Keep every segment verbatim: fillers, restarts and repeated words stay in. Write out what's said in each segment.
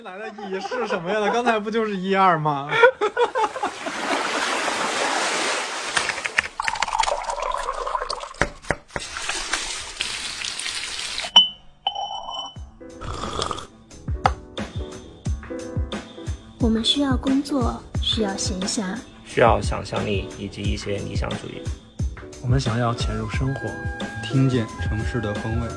来的意义是什么呀？刚才不就是一二吗？ 我们需要工作，需要闲暇， 需要想象力以及一些理想主义。 我们想要潜入生活， 听见城市的风味。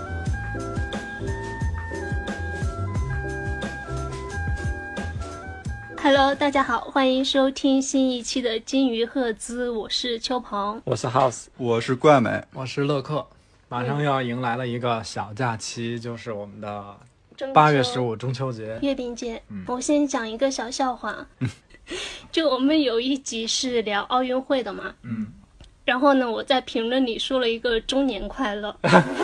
Hello， 大家好，欢迎收听新一期的金鱼赫兹，我是秋鹏， 我是 House， 我是怪美， 我是乐克。马上要迎来了一个小假期，就是我们的八月十五中秋节、 月饼节。嗯、我先讲一个小笑话，就我们有一集是聊奥运会的嘛， 嗯， 然后呢，我在评论里说了一个中年快乐。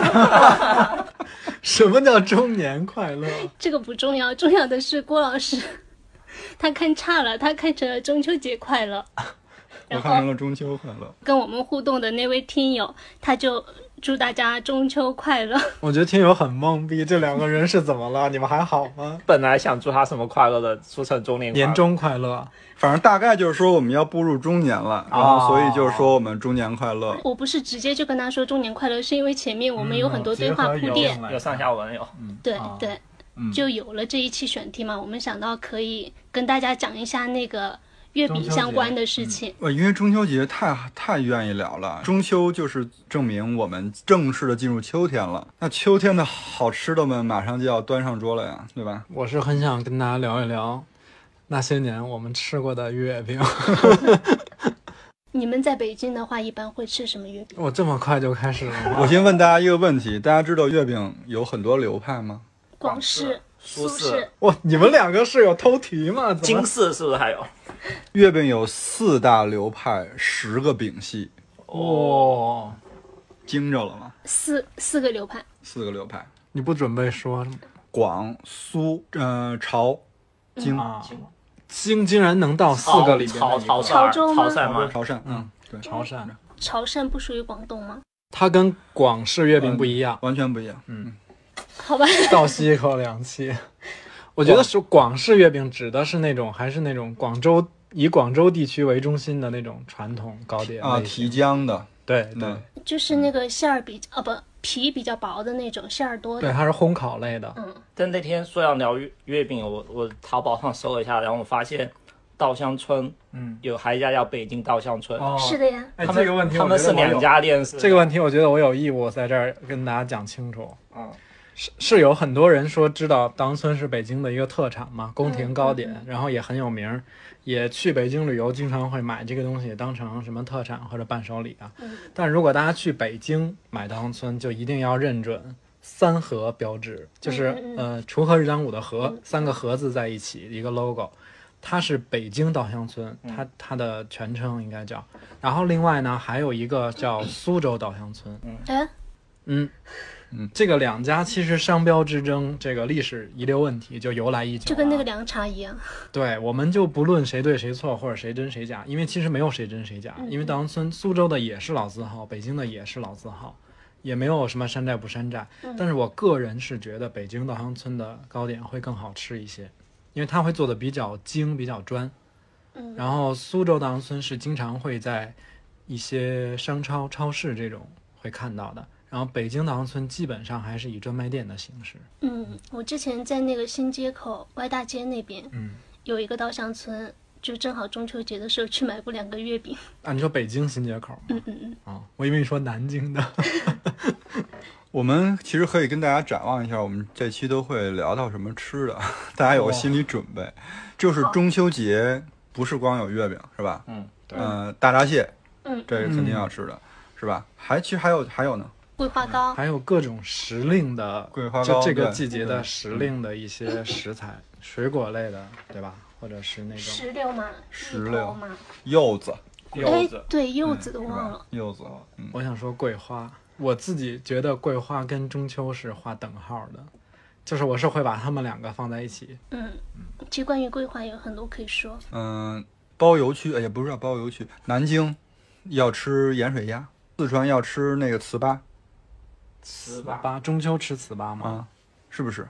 什么叫中年快乐？ 这个不重要，重要的是郭老师。他看差了，他看成了中秋节快乐， 我看成了中秋快乐。 跟我们互动的那位听友，他就祝大家中秋快乐。 我觉得听友很懵逼，这两个人是怎么了？你们还好吗？ 本来想祝他什么快乐的，说成中年快乐年终快乐， 反正大概就是说我们要步入中年了，然后所以就是说我们中年快乐。 我不是直接就跟他说中年快乐，是因为前面我们有很多对话铺垫， 有上下文有， 嗯， 对、 哦、 对。就有了这一期选题嘛，我们想到可以跟大家讲一下那个月饼相关的事情。 呃、嗯，因为中秋节太太愿意聊了，中秋就是证明我们正式的进入秋天了。那秋天的好吃的们马上就要端上桌了呀，对吧？ 我是很想跟大家聊一聊那些年我们吃过的月饼。 你们在北京的话，一般会吃什么月饼？ 我这么快就开始了吗？ 我先问大家一个问题，大家知道月饼有很多流派吗？ 广式、苏式。 哇，你们两个是有偷题吗？ 京式是不是还有？ 月饼有四大流派，十个饼系。 哦， 惊着了吗？ 四四个流派。 四个流派。 你不准备说吗？ 广、苏、呃、潮、京。 啊，京竟然能到四个里边。 潮潮潮州吗？ 潮汕吗？ 潮汕，嗯，对， 潮汕。 潮汕不属于广东吗？ 它跟广式月饼不一样， 嗯、完全不一样。 嗯。 好吧， 倒吸一口凉气。我觉得是广式月饼指的是那种还是那种广州以广州地区为中心的那种传统糕点啊，提浆的， 对对、 嗯， 就是那个馅儿比啊不皮比较薄的那种，馅儿多的， 对，它是烘烤类的。 嗯， 但那天说要聊月月饼，我我淘宝上搜了一下，然后我发现稻香村， 嗯， 有还一家叫北京稻香村， 哦， 是的呀。 哎，这个问题他们是两家店， 这个问题我觉得我有义务在这儿跟大家讲清楚。 嗯。 是是有很多人说知道稻香村是北京的一个特产嘛，宫廷糕点、嗯、然后也很有名，也去北京旅游经常会买这个东西当成什么特产或者伴手礼啊、 嗯、 但如果大家去北京买稻香村就一定要认准三合标志，就是、 嗯、 呃锄禾日当午的禾、 嗯、 三个禾字在一起一个 logo， 它是北京稻香村，它它的全称应该叫，然后另外呢还有一个叫苏州稻香村。 嗯嗯嗯，这个两家其实商标之争，这个历史遗留问题就由来已久、啊， 就跟那个凉茶一样。 对，我们就不论谁对谁错或者谁真谁假，因为其实没有谁真谁假， 嗯、 因为稻香村苏州的也是老字号，北京的也是老字号，也没有什么山寨不山寨、 嗯。 但是我个人是觉得北京稻香村的糕点会更好吃一些，因为它会做的比较精比较专。 嗯， 然后苏州稻香村是经常会在一些商超、超市这种会看到的。然后北京稻香村基本上还是以专卖店的形式。 嗯，我之前在那个新街口歪大街那边， 嗯， 有一个稻香村，就正好中秋节的时候去买过两个月饼。 啊，你说北京新街口吗？ 嗯嗯嗯。 哦，我以为你说南京的。 我们其实可以跟大家展望一下，我们这期都会聊到什么吃的，大家有个心理准备。哦、就是中秋节不是光有月饼，是吧？ 嗯， 对。呃，大闸蟹， 嗯， 这个肯定要吃的，嗯、是吧？还其实还有还有呢。 桂花糕， 还有各种时令的桂花糕， 这个季节的时令的一些食材，水果类的，对吧？或者是那种石榴嘛， 石榴嘛， 柚子， 柚子，对，柚子都忘了， 嗯、柚子、嗯。 我想说桂花，我自己觉得桂花跟中秋是划等号的，就是我是会把它们两个放在一起。 嗯，其实关于桂花有很多可以说。 嗯，包邮区也不是包邮区，南京要吃盐水鸭，四川要吃那个糍粑。 糍粑，中秋吃糍粑吗？ 啊，是不是？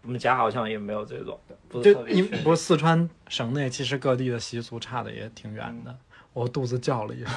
我们家好像也没有这种，不是就特别确定因不是四川省内，其实各地的习俗差的也挺远的。 嗯我肚子叫了一声，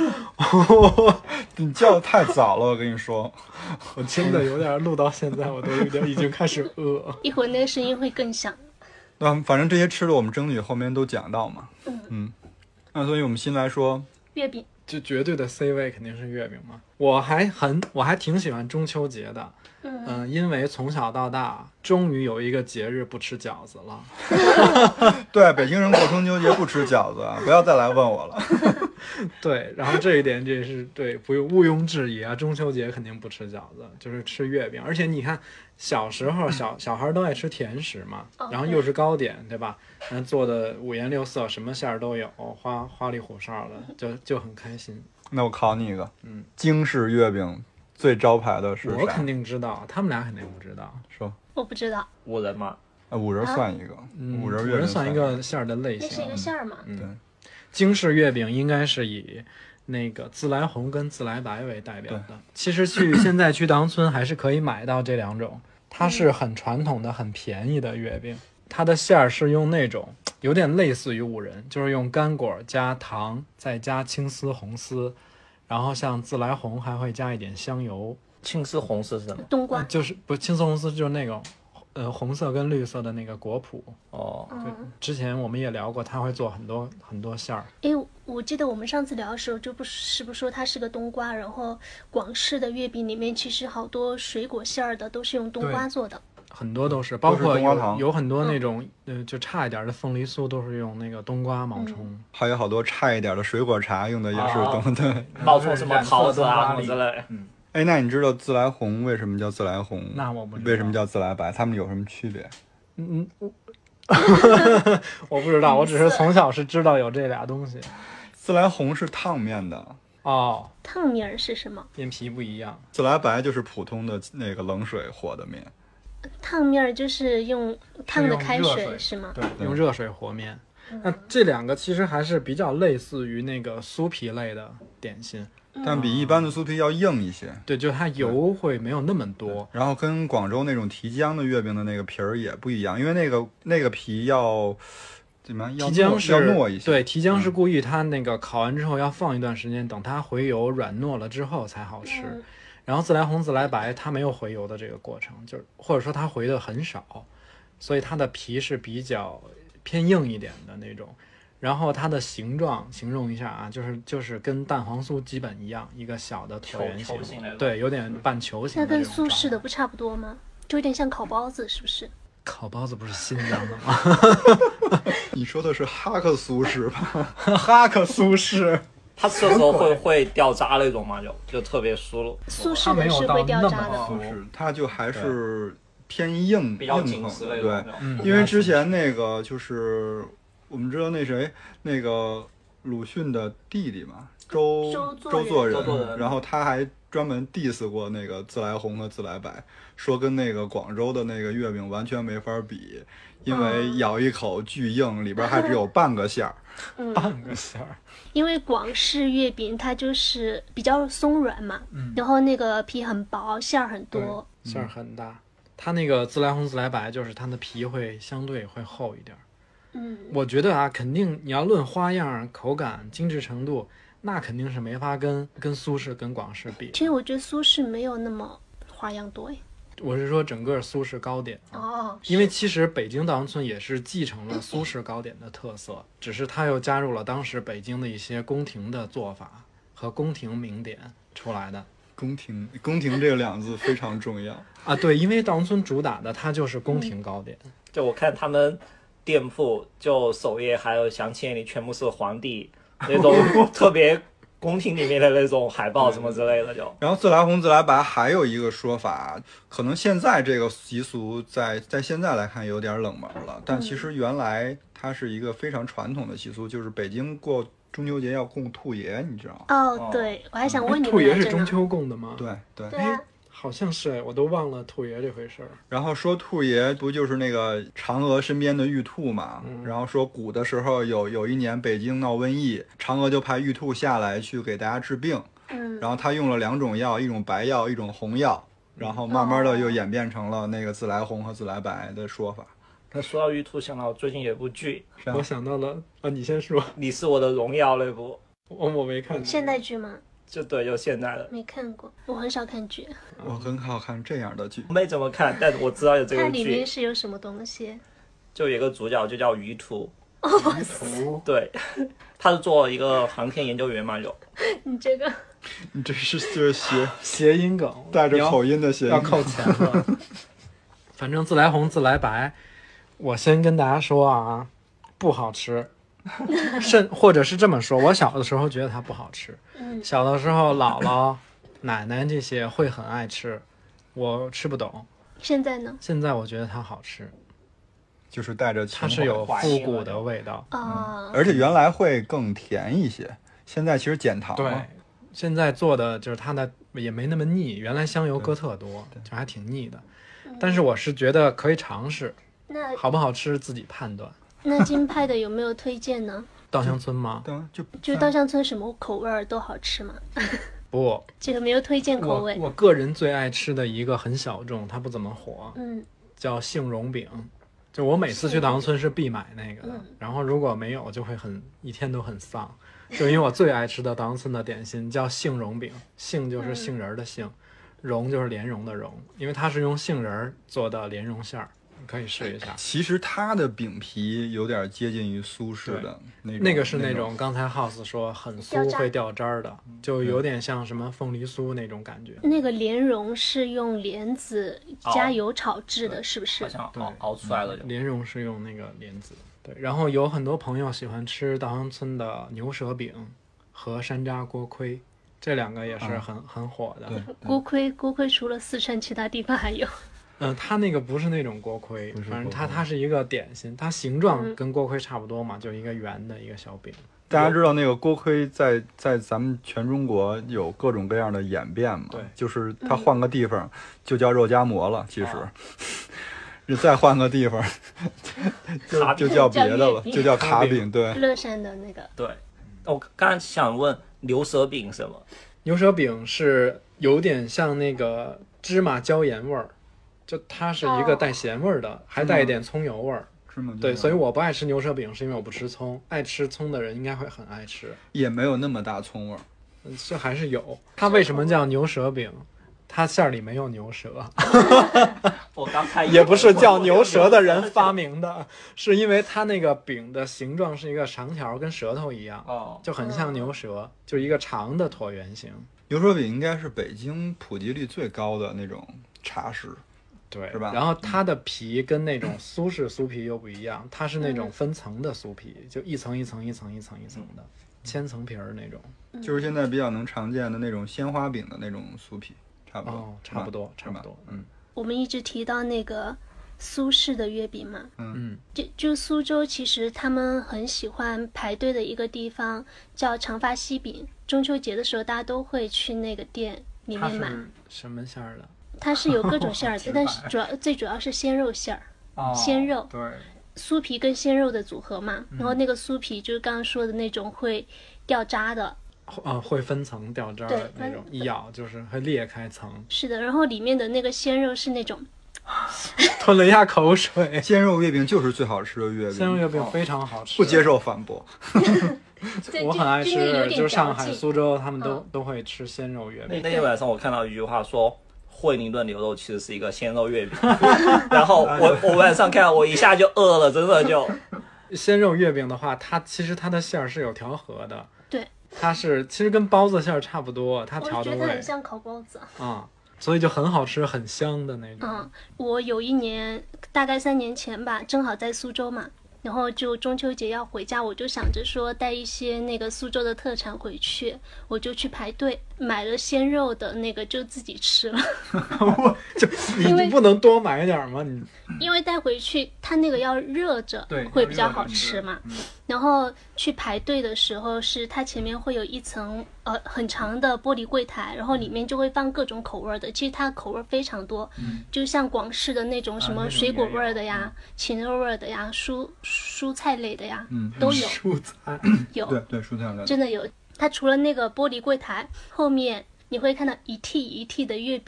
你叫的太早了，我跟你说。 我真的有点录到现在，我都有点已经开始饿。 一会儿那个声音会更响。 那反正这些吃的我们争取后面都讲到嘛。 嗯嗯，那所以我们先来说月饼， 就绝对的 C 位肯定是月饼嘛。我还很我还挺喜欢中秋节的， 嗯， 嗯、因为从小到大，终于有一个节日不吃饺子了。 对，北京人过中秋节不吃饺子，不要再来问我了。 对，然后这一点这是对，不用毋庸置疑啊。中秋节肯定不吃饺子，就是吃月饼。而且你看，小时候小小孩都爱吃甜食嘛，然后又是糕点，对吧？嗯，做的五颜六色，什么馅儿都有，花花里胡哨的，就就很开心。 那我考你一个， 嗯， 京式月饼最招牌的是啥我肯？定知道，他们俩肯定不知道。 说， 我不知道， 五人嘛， 啊，五仁算一个， 嗯， 五仁月饼五仁算一个馅儿的类那是一型。 个馅儿嘛。 嗯， 对京式月饼应该是以那个自来红跟自来白为代表的。其实去现在去当村还是可以买到这两种，它是很传统的、很便宜的月饼。它的馅儿是用那种有点类似于五仁，就是用干果加糖，再加青丝、红丝，然后像自来红还会加一点香油。 青丝红丝是什么？ 冬瓜， 就是不青丝红丝就是那种，呃，红色跟绿色的那个果脯。 哦， 嗯， 之前我们也聊过，它会做很多很多馅儿。 诶，我记得我们上次聊的时候，就不是不是说它是个冬瓜，然后广式的月饼里面其实好多水果馅儿的都是用冬瓜做的。 很多都是，包括有冬瓜糖有很多那种，呃，就差一点的凤梨酥都是用那个冬瓜冒充。 还有好多差一点的水果茶用的也是啊冬对。 冒充什么桃子啊什么之类。 嗯， 哎，那你知道自来红为什么叫自来红？ 那我不知道为什么叫自来白？它们有什么区别？ 嗯，我我不知道，我只是从小是知道有这俩东西。 自来红是烫面的， 哦， 烫面儿是什么？ 面皮不一样。 自来白就是普通的那个冷水和的面。 烫面儿就是用烫的开是用热水是吗？ 对，用热水和面。那这两个其实还是比较类似于那个酥皮类的点心， 但比一般的酥皮要硬一些。 对，就它油会没有那么多。 然后跟广州那种提浆的月饼的那个皮儿也不一样，因为那个那个皮要怎么样？要糯提浆是要糯一些。 对，提浆是故意它那个烤完之后要放一段时间，等它回油软糯了之后才好吃。 嗯然后自来红、自来白它没有回油的这个过程，就是或者说它回的很少，所以它的皮是比较偏硬一点的那种。然后它的形状形容一下啊，就是就是跟蛋黄酥基本一样，一个小的椭圆球球形那种对，有点半球形那跟的这种状态。 苏式的不差不多吗？就有点像烤包子，是不是？ 烤包子不是新疆的吗？ 你说的是哈克苏式吧？ 哈克苏式， 它吃的时候会会掉渣那种嘛，就就特别酥， 苏式它没有到的是会掉那渣的。 么哦不是，它就还是偏硬比较硬紧实那碰的。 种。 嗯对，因为之前那个就是我们知道那谁那个鲁迅的弟弟嘛，周周作周作人周作人然后他还专门 diss 过那个自来红和自来白，说跟那个广州的那个月饼完全没法比，因为咬一口巨硬，里边还只有半个馅儿。 嗯， 半个馅儿。 因为广式月饼它就是比较松软嘛， 嗯然后那个皮很薄，馅儿很多。 馅儿很大。它那个自来红、自来白，就是它的皮会相对会厚一点儿。 嗯， 我觉得啊，肯定你要论花样、口感、精致程度，那肯定是没法跟跟苏式、跟广式比。 其实我觉得苏式没有那么花样多哎。 我是说整个苏式糕点啊， 哦， 因为其实北京稻香村也是继承了苏式糕点的特色，只是它又加入了当时北京的一些宫廷的做法和宫廷名点出来的。 宫廷，宫廷这两个字非常重要。 啊，对，因为稻香村主打的它就是宫廷糕点。 就我看他们店铺就首页还有详情页里全部是皇帝那种特别宫廷里面的那种海报什么之类的就。 然后自来红、自来白还有一个说法，可能现在这个习俗在在现在来看有点冷门了，但其实原来它是一个非常传统的习俗，就是北京过中秋节要供兔爷，你知道吗？ 哦，对，我还想问你兔们来着呢。 爷是中秋供的吗？ 对对。 对啊， 好像是哎，我都忘了兔爷这回事儿。 然后说兔爷不就是那个嫦娥身边的玉兔嘛？ 嗯然后说古的时候有有一年北京闹瘟疫，嫦娥就派玉兔下来去给大家治病， 嗯， 然后他用了两种药，一种白药，一种红药。 然后慢慢的又演变成了那个自来红和自来白的说法。 那说到玉兔，想到最近有部剧， 我想到了啊，你先说。 你是我的荣耀那部， 我我没看。 现代剧吗？ 就对，就现在的。 没看过，我很少看剧。 我很好看这样的剧， 没怎么看，但我知道有这个剧。 它里面是有什么东西？ 就有一个主角就叫于途。 于途。 对，他是做一个航天研究员嘛，有。 你这个， 你这是就是谐谐音梗， 带着口音的谐音梗， 要扣钱了。反正自来红、自来白，我先跟大家说啊，不好吃。甚或者是这么说，我小的时候觉得它不好吃。 嗯， 小的时候姥姥、奶奶这些会很爱吃，我吃不懂。 现在呢？ 现在我觉得它好吃， 就是带着它是有复古的味道。 啊、 而且原来会更甜一些，现在其实减糖对了。， 现在做的就是它的也没那么腻，原来香油搁特多，就还挺腻的。但是我是觉得可以尝试， 那好不好吃自己判断。 那金派的有没有推荐呢？ 稻香村吗？ 对，就就稻香村什么口味儿都好吃吗？ 不， 这个没有推荐口我味。 我个人最爱吃的一个很小众，它不怎么火， 嗯， 叫杏蓉饼。就我每次去稻香村是必买那个的， 嗯然后如果没有就会很一天都很丧。就因为我最爱吃的稻香村的点心叫杏蓉饼，杏就是杏仁儿的杏，蓉就是莲蓉的蓉，因为它是用杏仁儿做的莲蓉馅儿，你可以试一下。 其实它的饼皮有点接近于苏式的那种， 那个是那那种刚才 House 说很酥掉渣会掉渣儿的，就有点像什么凤梨酥那种感觉。 那个莲蓉是用莲子加油炒制的，是不是好？像对熬熬出来了就。 莲蓉是用那个莲子，对。然后有很多朋友喜欢吃稻香村的牛舌饼和山楂锅盔，这两个也是很、很火的。 对锅盔，锅盔除了四川，其他地方还有。 嗯，它那个不是那种锅盔， 不是反正它锅盔它是一个点心，它形状嗯跟锅盔差不多嘛，就一个圆的一个小饼。 大家知道那个锅盔在在咱们全中国有各种各样的演变嘛？ 对就是它换个地方就叫肉夹馍了，其实。你再换个地方，就就叫别的了， 叫月饼就叫卡饼。对， 乐山的那个， 对，我刚才想问牛舌饼什么？ 牛舌饼是有点像那个芝麻椒盐味儿，就它是一个带咸味儿的，还带一点葱油味儿。 是吗？ 对，所以我不爱吃牛舌饼，是因为我不吃葱。爱吃葱的人应该会很爱吃， 也没有那么大葱味儿。 嗯这还是有。它为什么叫牛舌饼？它馅儿里没有牛舌， 我刚才也不是叫牛舌的人发明的，是因为它那个饼的形状是一个长条，跟舌头一样， 哦， 就很像牛舌，就一个长的椭圆形。 牛舌饼应该是北京普及率最高的那种茶食。 对， 是吧然后它的皮跟那种苏式酥皮又不一样，它是那种分层的酥皮，就一层一层一层一层一层的千层皮儿那种。 就是现在比较能常见的那种鲜花饼的那种酥皮，差不多。 哦，差不多， 是吧差不多，嗯我们一直提到那个苏式的月饼嘛， 嗯， 就就苏州，其实他们很喜欢排队的一个地方叫长发西饼。中秋节的时候，大家都会去那个店里它面买。 是什么馅儿的？ 它是有各种馅儿的，但是主要最主要是鲜肉馅儿， 哦鲜肉对， 酥皮跟鲜肉的组合嘛。 嗯然后那个酥皮就是刚刚说的那种会掉渣的， 呃，会分层掉渣儿对的那种，一咬就是会裂开层。 是的。然后里面的那个鲜肉是那种， 吞了一下口水。 鲜肉月饼就是最好吃的月饼， 鲜肉月饼非常好吃， 不接受反驳。 对我很爱就就那个有吃， 点就是上海、 嚼劲苏州他们都嗯都会吃鲜肉月饼。 那那天晚上我看到一句话说，惠灵顿牛肉其实是一个鲜肉月饼，然后我我晚上看我一下就饿了，真的就。 鲜肉月饼的话，它其实它的馅儿是有调和的， 对， 它是其实跟包子馅儿差不多，它我调的味觉得很像烤包子。 啊、所以就很好吃，很香的那种。 嗯，我有一年大概三年前吧，正好在苏州嘛，然后就中秋节要回家，我就想着说带一些那个苏州的特产回去，我就去排队买了鲜肉的那个，就自己吃了。 我就你因为你不能多买点儿吗？你因为带回去它那个要热着， 对会比较好要热着吃嘛。 嗯然后去排队的时候，是它前面会有一层呃很长的玻璃柜台，然后里面就会放各种口味的。其实它口味非常多， 嗯就像广式的那种什啊那种么水果味儿的也呀、芹肉味儿的呀、蔬蔬菜类的呀， 嗯都有蔬菜有， 对对，蔬菜类。 真的有。它除了那个玻璃柜台后面，你会看到一屉一屉的月饼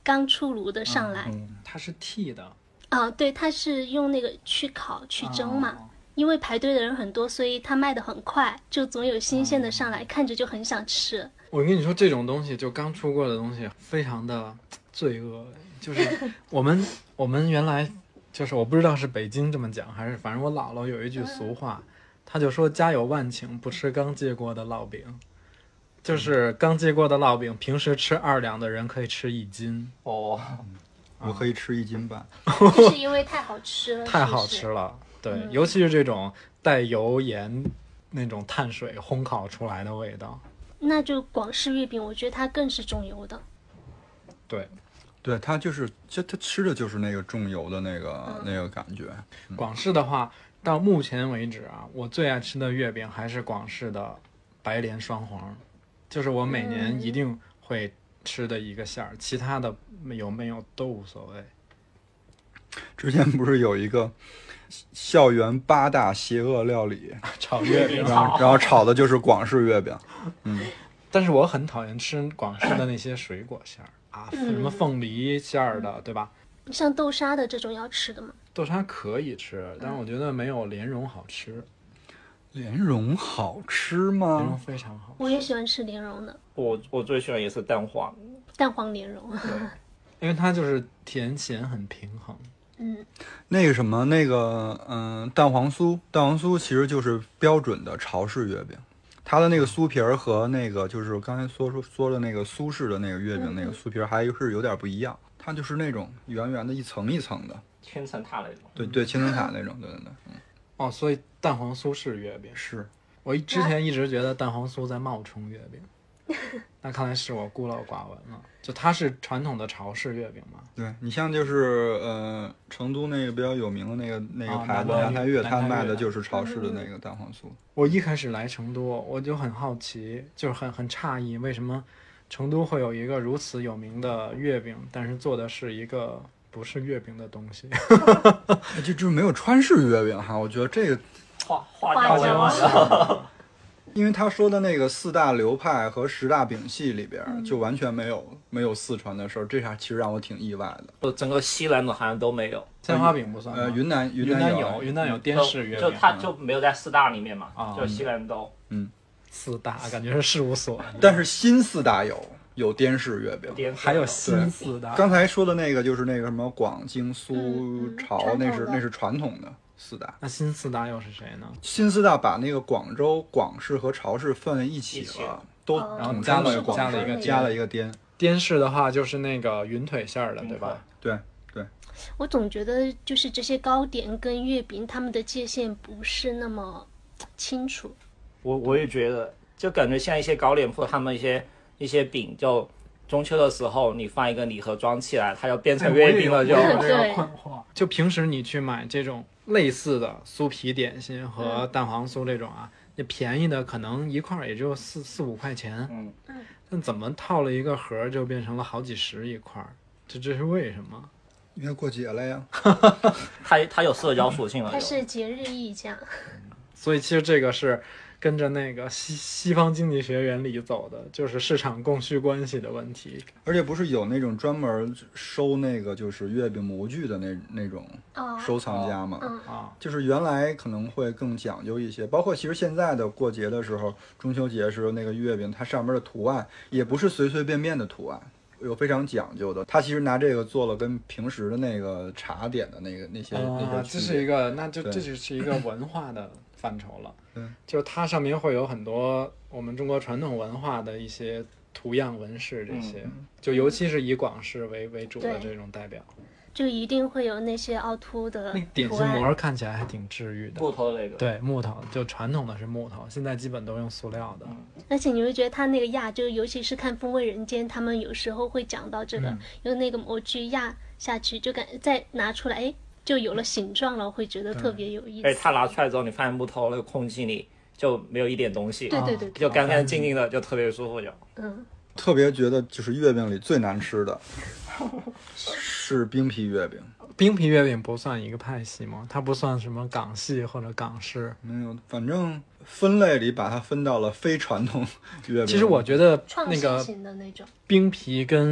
刚出炉的上来。 嗯， 它是屉的， 啊，对，它是用那个去烤去蒸嘛。 哦因为排队的人很多，所以它卖的很快，就总有新鲜的上来，看着就很想吃。 我跟你说，这种东西就刚出过的东西，非常的罪恶。就是我们我们原来就是我不知道是北京这么讲，还是反正我姥姥有一句俗话，她就说家有万顷不吃刚接过的烙饼，就是刚接过的烙饼，平时吃二两的人可以吃一斤， 哦， 我可以吃一斤半。 就是因为太好吃了， 太好是不是吃了。对， 嗯尤其是这种带油盐那种碳水烘烤出来的味道。 那就广式月饼，我觉得它更是重油的。 对， 对，它就是就它吃的就是那个重油的那个、 嗯、 那个感觉。 广式的话，到目前为止啊，我最爱吃的月饼还是广式的白莲双黄，就是我每年一定会吃的一个馅儿，其他的有没有都无所谓。 之前不是有一个校园八大邪恶料理， 炒月饼， 然后然后炒的就是广式月饼。嗯， 但是我很讨厌吃广式的那些水果馅儿啊，什么凤梨馅儿的，对吧？ 像豆沙的这种要吃的吗？ 豆沙可以吃，但是我觉得没有莲蓉好吃。 莲蓉好吃莲蓉吗？ 非常好吃。 我也喜欢吃莲蓉的， 我我最喜欢也是蛋黄， 蛋黄莲蓉。 因为它就是甜咸很平衡。 嗯， 那个什么，那个嗯、呃，蛋黄酥，蛋黄酥其实就是标准的潮式月饼，它的那个酥皮儿和那个就是刚才说说说的那个苏式的那个月饼、 嗯、 那个酥皮儿还是有点不一样，它就是那种圆圆的一层一层的， 千层塔那种。 对对，千层塔那种，对对对，嗯， 哦，所以蛋黄酥是月饼。 是。 我之前一直觉得蛋黄酥在冒充月饼，那看来是我孤陋寡闻了。就它是传统的潮式月饼嘛？ 对，你像就是呃成都那个比较有名的那个那个哦牌子南南台月， 南台月它卖的就是潮式的那个蛋黄酥。 我一开始来成都，我就很好奇，就是很很诧异，为什么成都会有一个如此有名的月饼，但是做的是一个不是月饼的东西。 就就是没有川式月饼哈，我觉得这个花花花椒椒因为他说的那个四大流派和十大饼系里边，就完全没有没有四川的事儿，这下其实让我挺意外的。 就整个西南的好像都没有。 鲜花饼不算吗？ 呃，云南云南有，云南有滇式月饼， 就它就没有在四大里面嘛， 啊就西南都。 四大感觉是事务所， 但是新四大有有滇式月饼， 滇还有新四大。 刚才说的那个就是那个什么广京苏嗯嗯潮， 传统的那是那是传统的四大。 那新四大又是谁呢？ 新四大把那个广州广式和潮式放在一起一起了，都哦然后统加了称为广加了一个式加了一个滇。 滇式的话就是那个云腿馅儿的，对吧？ 对对， 我总觉得就是这些糕点跟月饼，它们的界限不是那么清楚。 我我也觉得，就感觉像一些糕点铺，他们一些一些饼，就中秋的时候你放一个礼盒装起来，它就变成月饼了，就我也有这对个困惑。就平时你去买这种类似的酥皮点心和蛋黄酥这种啊，那便宜的可能一块儿也就四四五块钱， 嗯但怎么套了一个盒儿就变成了好几十一块儿？这这是为什么？ 因为过节了呀。 它它有社交属性了它就是节日溢价。 所以其实这个是跟着那个西西方经济学原理走的，就是市场供需关系的问题。 而且不是有那种专门收那个就是月饼模具的那那种哦收藏家嘛？ 嗯啊， 就是原来可能会更讲究一些，包括其实现在的过节的时候，中秋节的时候那个月饼，它上面的图案也不是随随便便的图案，有非常讲究的。它其实拿这个做了跟平时的那个茶点的那个那些、那啊， 些区别。 这是一个，那就对这就是一个文化的范畴了。 对， 就是它上面会有很多我们中国传统文化的一些图样纹饰，这些、就尤其是以广式为为主的对这种代表。 就一定会有那些凹凸的那点图案。 心膜看起来还挺治愈的。 木头的那个。 对，木头，就传统的是木头，现在基本都用塑料的。 而且你会觉得它那个压，就尤其是看《风味人间》，他们有时候会讲到这个， 嗯用那个模具压下去，就感再拿出来，哎，就有了形状了，会觉得特别有意思。 而且它拿出来之后，你发现木头那个空气里就没有一点东西， 对对对对， 就干干净净的，就特别舒服就。 嗯， 特别觉得就是月饼里最难吃的是冰皮月饼。 冰皮月饼不算一个派系吗？它不算什么港系或者港式。 没有，反正分类里把它分到了非传统月饼。 其实我觉得创新那个型的那种。 冰皮跟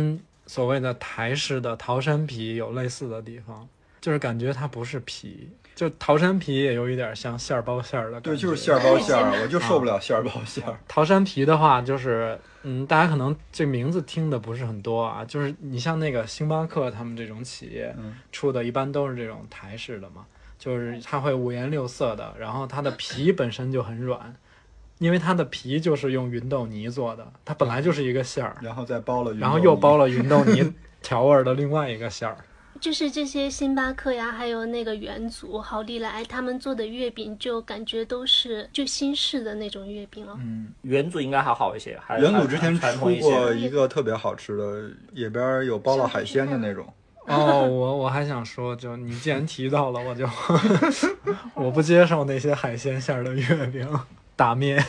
所谓的台式的桃山皮有类似的地方，就是感觉它不是皮，就桃山皮也有一点像馅儿包馅儿的感觉。 对，就是馅儿包馅儿，我就受不了馅儿包馅儿。 桃山皮的话，就是嗯，大家可能这名字听的不是很多啊，就是你像那个星巴克他们这种企业出的，一般都是这种台式的嘛，就是它会五颜六色的，然后它的皮本身就很软。因为它的皮就是用芸豆泥做的，它本来就是一个馅儿， 然后再包了芸豆泥， 然后又包了芸豆泥调味的另外一个馅儿。 就是这些星巴克呀，还有那个元祖、好利来，他们做的月饼就感觉都是就新式的那种月饼了。 嗯，元祖应该还好一些，还元祖之前出传统一过些。 一个特别好吃的，里边有包了海鲜的那种。 哦，我我还想说，就你既然提到了，我就我不接受那些海鲜馅儿的月饼。打面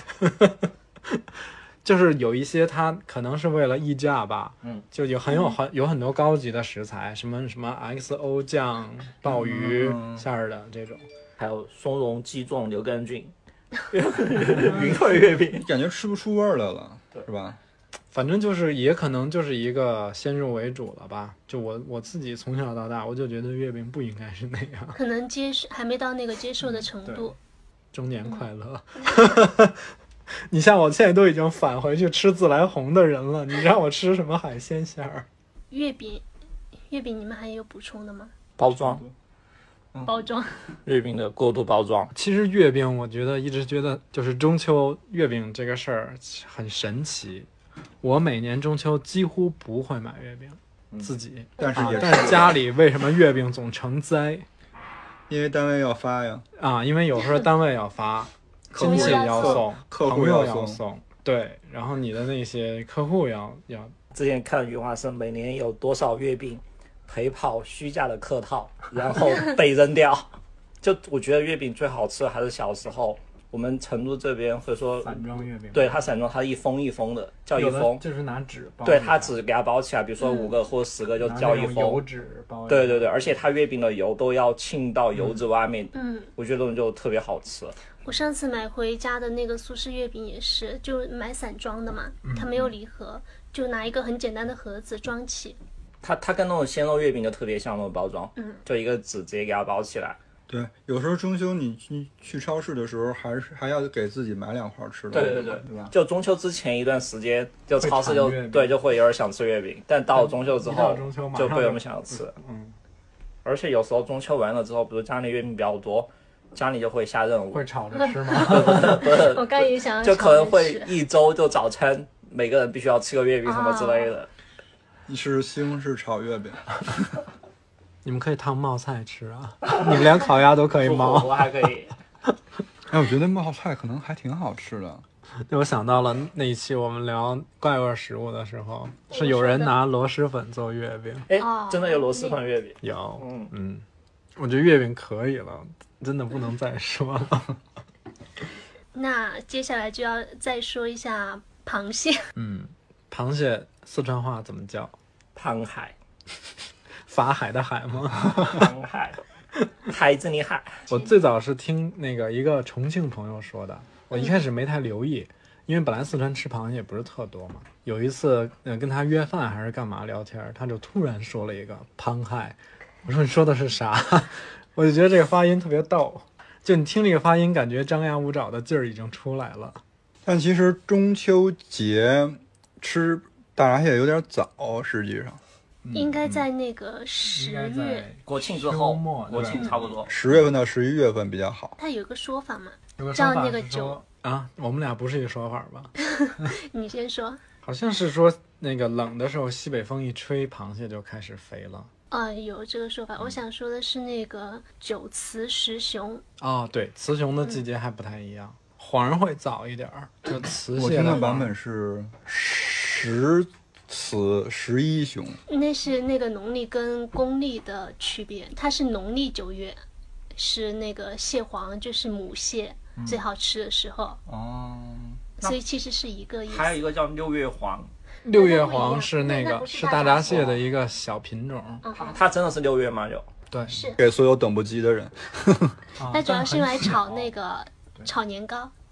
就是有一些它可能是为了溢价吧， 嗯， 就有很有很有很多高级的食材，什么什么 X O 酱鲍鱼馅儿的这种， 还有松茸鸡枞牛肝菌云腿月饼， 感觉吃不出味儿来了，是吧？ 反正就是也可能就是一个先入为主了吧。就我我自己从小到大，我就觉得月饼不应该是那样， 可能接受还没到那个接受的程度。 中年快乐。你像我现在都已经返回去吃自来红的人了，你让我吃什么海鲜馅儿？ 月饼，月饼你们还有补充的吗？ 包装， 包装， 月饼的过度包装。 其实月饼，我觉得一直觉得就是中秋月饼这个事儿很神奇。我每年中秋几乎不会买月饼，嗯、自己， 但是也、 啊、但是家里为什么月饼总成灾？ 因为单位要发呀。 啊，因为有时候单位要发，亲戚要送， 客户朋友要送，送对，然后你的那些客户要要。 之前看余华生每年有多少月饼陪跑虚假的客套，然后被扔掉。就我觉得月饼最好吃的还是小时候，我们成都这边会说散装月饼， 对，它散装，它一封一封的，叫一封， 就是拿纸包， 对，它纸给它包起来，比如说五个或十个就叫一封， 油纸包， 对对对，而且它月饼的油都要浸到油脂外面， 嗯， 我觉得这种就特别好吃。 我上次买回家的那个苏式月饼也是，就买散装的嘛，它没有礼盒，就拿一个很简单的盒子装起。 它它跟那种鲜肉月饼就特别像那种包装， 嗯， 就一个纸直接给它包起来。 对，有时候中秋你你去超市的时候，还是还要给自己买两块吃的。 对对对对吧？ 就中秋之前一段时间，就超市就对就会有人想吃月饼，但到了中秋之后就会有人想吃。 嗯， 而且有时候中秋完了之后，比如家里月饼比较多，家里就会下任务， 会炒着吃吗？ 不是， 我刚也想要就可能会一周就早餐每个人必须要吃个月饼什么之类的。 你是西红柿炒月饼。 你们可以烫冒菜吃啊！你们连烤鸭都可以冒， 我还可以。 哎，我觉得冒菜可能还挺好吃的。 我想到了那一期我们聊怪味食物的时候，是有人拿螺蛳粉做月饼。 哎，真的有螺蛳粉月饼？ 有， 嗯嗯，我觉得月饼可以了，真的不能再说了。 那接下来就要再说一下螃蟹。 嗯，螃蟹四川话怎么叫？ 螃海。 法海的海吗？ 螃海，海子你海。 我最早是听那个一个重庆朋友说的，我一开始没太留意，因为本来四川吃螃蟹也不是特多嘛。有一次，呃，跟他约饭还是干嘛聊天，他就突然说了一个螃海，我说你说的是啥？我就觉得这个发音特别逗，就你听这个发音，感觉张牙舞爪的劲儿已经出来了。 但其实中秋节吃大闸蟹有点早，实际上。 应该在那个十月国庆之后，国庆差不多十月份到十一月份比较好。 它有个说法嘛， 叫那个酒啊，我们俩不是一个说法吧？ 你先说。 好像是说那个冷的时候，西北风一吹，螃蟹就开始肥了。 啊，有这个说法。我想说的是那个九雌十雄。 哦，对，雌雄的季节还不太一样，黄会早一点儿。就雌蟹我听的版本是十。雌十一雄， 那是那个农历跟公历的区别。它是农历九月，是那个蟹黄，就是母蟹、嗯、最好吃的时候。 哦， 所以其实是一个意思。 还有一个叫六月黄， 六月黄是那个是大闸蟹的一个小品种。 嗯、 它, 它真的是六月吗？就对， 是给所有等不及的人。 它主要是用来炒那个炒年糕。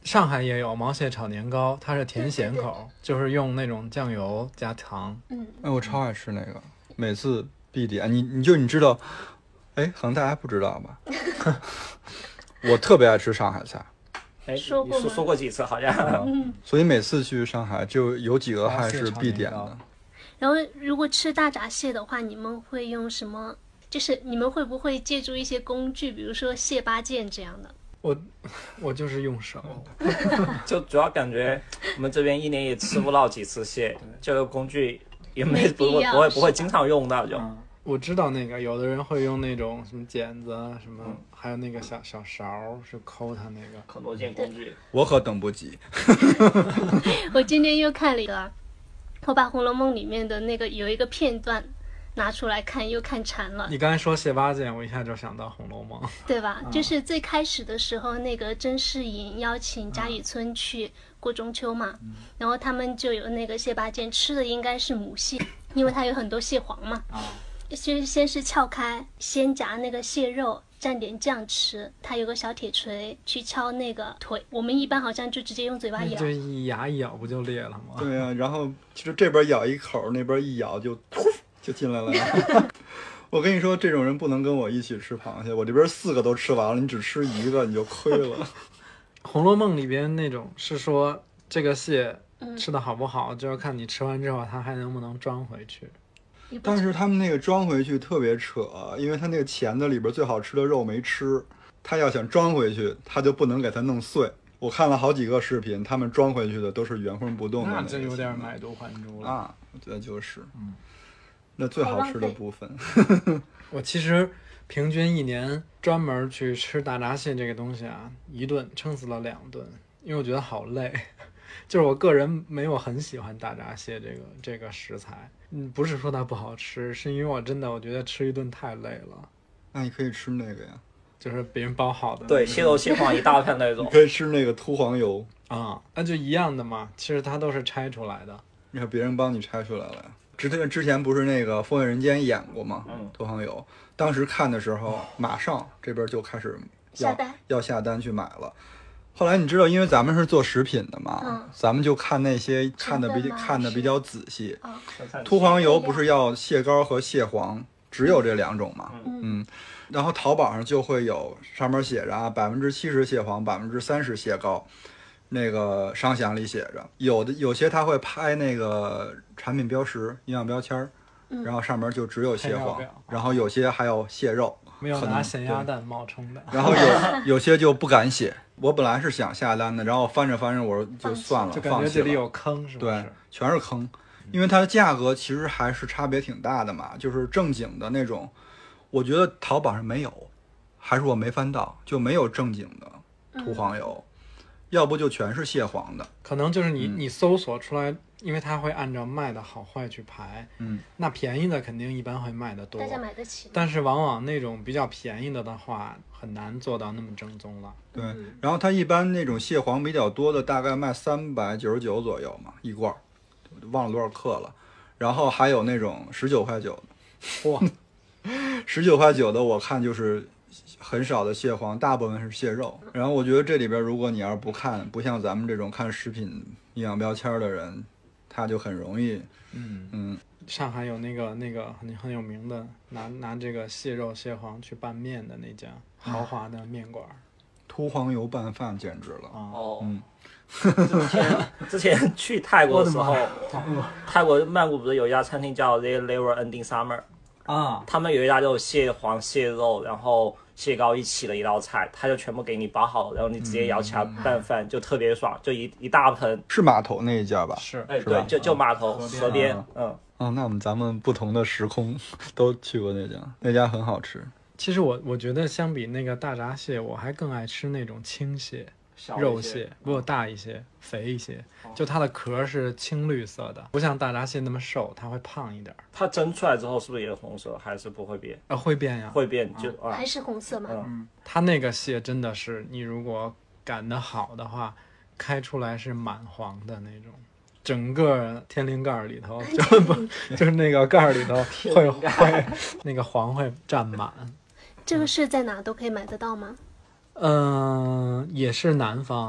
上海也有毛蟹炒年糕，它是甜咸口， 对对对就是用那种酱油加糖。 嗯， 哎，我超爱吃那个，每次必点。你你就你知道，哎，可能大家不知道吧？我特别爱吃上海菜， 哎， 说过吗你说说过几次好像。 所以每次去上海就有几个还是必点的。 然后如果吃大闸蟹的话，你们会用什么？就是你们会不会借助一些工具，比如说蟹八件这样的？ 我我就是用手， 就主要感觉我们这边一年也吃不到几次蟹，这个工具也没没不会必要不会不会经常用到就。 嗯，我知道那个有的人会用那种什么剪子啊，什么，还有那个小小勺是抠它那个。 很多件工具。 我可等不及。 我今天又看了一个，我把《红楼梦》里面的那个有一个片段拿出来看，又看馋了。 你刚才说蟹八件，我一下就想到《红楼梦》， 对吧？就是最开始的时候，那个甄士隐邀请贾雨村去过中秋嘛，然后他们就有那个蟹八件，吃的应该是母蟹，因为它有很多蟹黄嘛。先先是撬开，先夹那个蟹肉，蘸点酱吃。它有个小铁锤去敲那个腿，我们一般好像就直接用嘴巴咬。 就一牙一咬不就裂了吗？ 对呀、啊，然后其实这边咬一口，那边一咬就就进来了。我跟你说，这种人不能跟我一起吃螃蟹，我这边四个都吃完了，你只吃一个你就亏了。 《红楼梦》里边那种是说这个蟹吃的好不好，就要看你吃完之后它还能不能装回去。 但是他们那个装回去特别扯，因为他那个钳子里边最好吃的肉没吃，他要想装回去，他就不能给它弄碎。我看了好几个视频，他们装回去的都是原封不动的那那个这有点买椟还珠了啊！我觉得就是，嗯，那最好吃的部分。 我其实平均一年专门去吃大闸蟹这个东西啊，一顿撑死了两顿，因为我觉得好累。就是我个人没有很喜欢大闸蟹这个这个食材，嗯，不是说它不好吃，是因为我真的我觉得吃一顿太累了。 那你可以吃那个呀， 就是别人包好的， 对，蟹肉蟹黄一大片那种。 你可以吃那个秃黄油啊，那就一样的嘛。其实它都是拆出来的， 你看别人帮你拆出来了呀。之前之前不是那个《风味人间》演过吗？ 嗯， 秃黄油，当时看的时候，马上这边就开始要下单要下单去买了。后来你知道，因为咱们是做食品的嘛， 嗯、 咱们就看那些看的比看, 看的比较仔细。 哦、 秃黄油不是要蟹膏和蟹黄，只有这两种嘛。 嗯, 嗯，然后淘宝上就会有上面写着啊，百分之七十蟹黄，百分之三十蟹膏。那个商详里写着，有的有些他会拍那个产品标识、营养标签儿， 嗯、 然后上面就只有蟹黄，然后有些还有蟹肉。 没有拿咸鸭蛋冒充的， 然后有有些就不敢写。我本来是想下单的，然后翻着翻着我说就算了， 就感觉这里有坑，是不是？ 对，全是坑，因为它的价格其实还是差别挺大的嘛。就是正经的那种，我觉得淘宝上没有，还是我没翻到，就没有正经的秃黄油，嗯、要不就全是蟹黄的。 可能就是你、 嗯、 你搜索出来。因为它会按照卖的好坏去排， 嗯， 那便宜的肯定一般会卖的多， 大家买得起。 但是往往那种比较便宜的的话，很难做到那么正宗了。 对，然后它一般那种蟹黄比较多的，大概卖三百九十九左右嘛，一罐，忘了多少克了。然后还有那种十九块九的，哇，十九块九的我看就是很少的蟹黄，大部分是蟹肉。然后我觉得这里边如果你要是不看，不像咱们这种看食品营养标签的人。它就很容易，嗯嗯， 上海有那个那个很很有名的，拿拿这个蟹肉蟹黄去拌面的那家豪华的面馆， 秃黄油拌饭简直了哦， 嗯， 之前之前去泰国的时候，泰国曼谷不是有一家餐厅叫 The Never Ending Summer 啊， 他们有一家就是蟹黄蟹肉，然后蟹膏一起的一道菜，他就全部给你包好了，然后你直接舀起来拌饭，就特别爽，就一一大盆。 是码头那一家吧？ 是， 哎，对，就就码头河边，嗯。 哦，那我们咱们不同的时空都去过那家，那家很好吃。 其实我我觉得相比那个大闸蟹，我还更爱吃那种青蟹。肉蟹不过大一些，肥一些，就它的壳是青绿色的，不像大闸蟹那么瘦，它会胖一点。 它蒸出来之后是不是也红色，还是不会变？ 啊，会变呀， 会变就、 啊、还是红色吗？ 嗯，它那个蟹真的是，你如果赶得好的话，开出来是满黄的那种，整个天灵盖里头就不就是那个盖里头会会那个黄会占满。 这个是在哪都可以买得到吗？ 嗯、呃，也是南方，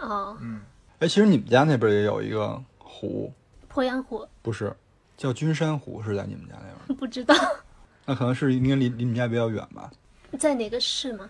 哦， 哎，其实你们家那边也有一个湖， 鄱阳湖不是叫君山湖，是在你们家那边？ 不知道那可能是应该离离你们家比较远吧？ 在哪个市吗？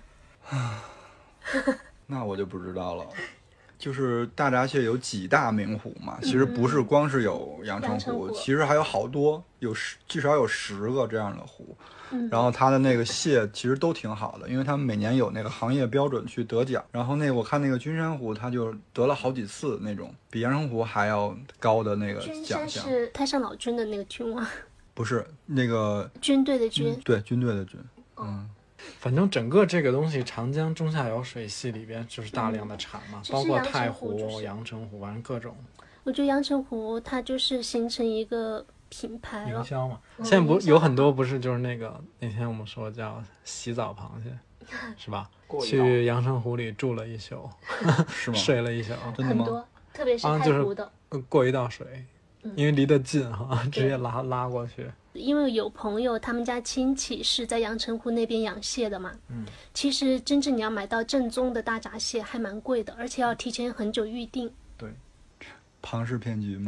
那我就不知道了。就是大闸蟹有几大名湖嘛，其实不是光是有阳澄湖， 阳澄湖其实还有好多，有十至少有十个这样的湖。 嗯然后它的那个蟹其实都挺好的，因为他们每年有那个行业标准去得奖。然后那我看那个君山湖，它就得了好几次那种比阳澄湖还要高的那个君山奖项。 是太上老君的那个君吗？ 不是那个军队的军。 对军队的军，嗯。 反正整个这个东西，长江中下游水系里边就是大量的产嘛， 嗯包括其实太阳澄湖就湖、 是阳澄湖，反正各种我觉得阳澄湖它就是形成一个品牌了。 营销嘛。 嗯现在不营销有很多不是就是那个那天我们说叫洗澡螃蟹，是吧？ 过一道去阳澄湖里住了一宿， 是吗？ 睡了一宿， 真的吗？ 很多，特别是啊就是太湖的。 呃过一道水，因为离得近哈，直接拉拉过去。 因为有朋友他们家亲戚是在阳澄湖那边养蟹的嘛， 嗯， 其实真正你要买到正宗的大闸蟹还蛮贵的，而且要提前很久预定。 庞氏骗局吗？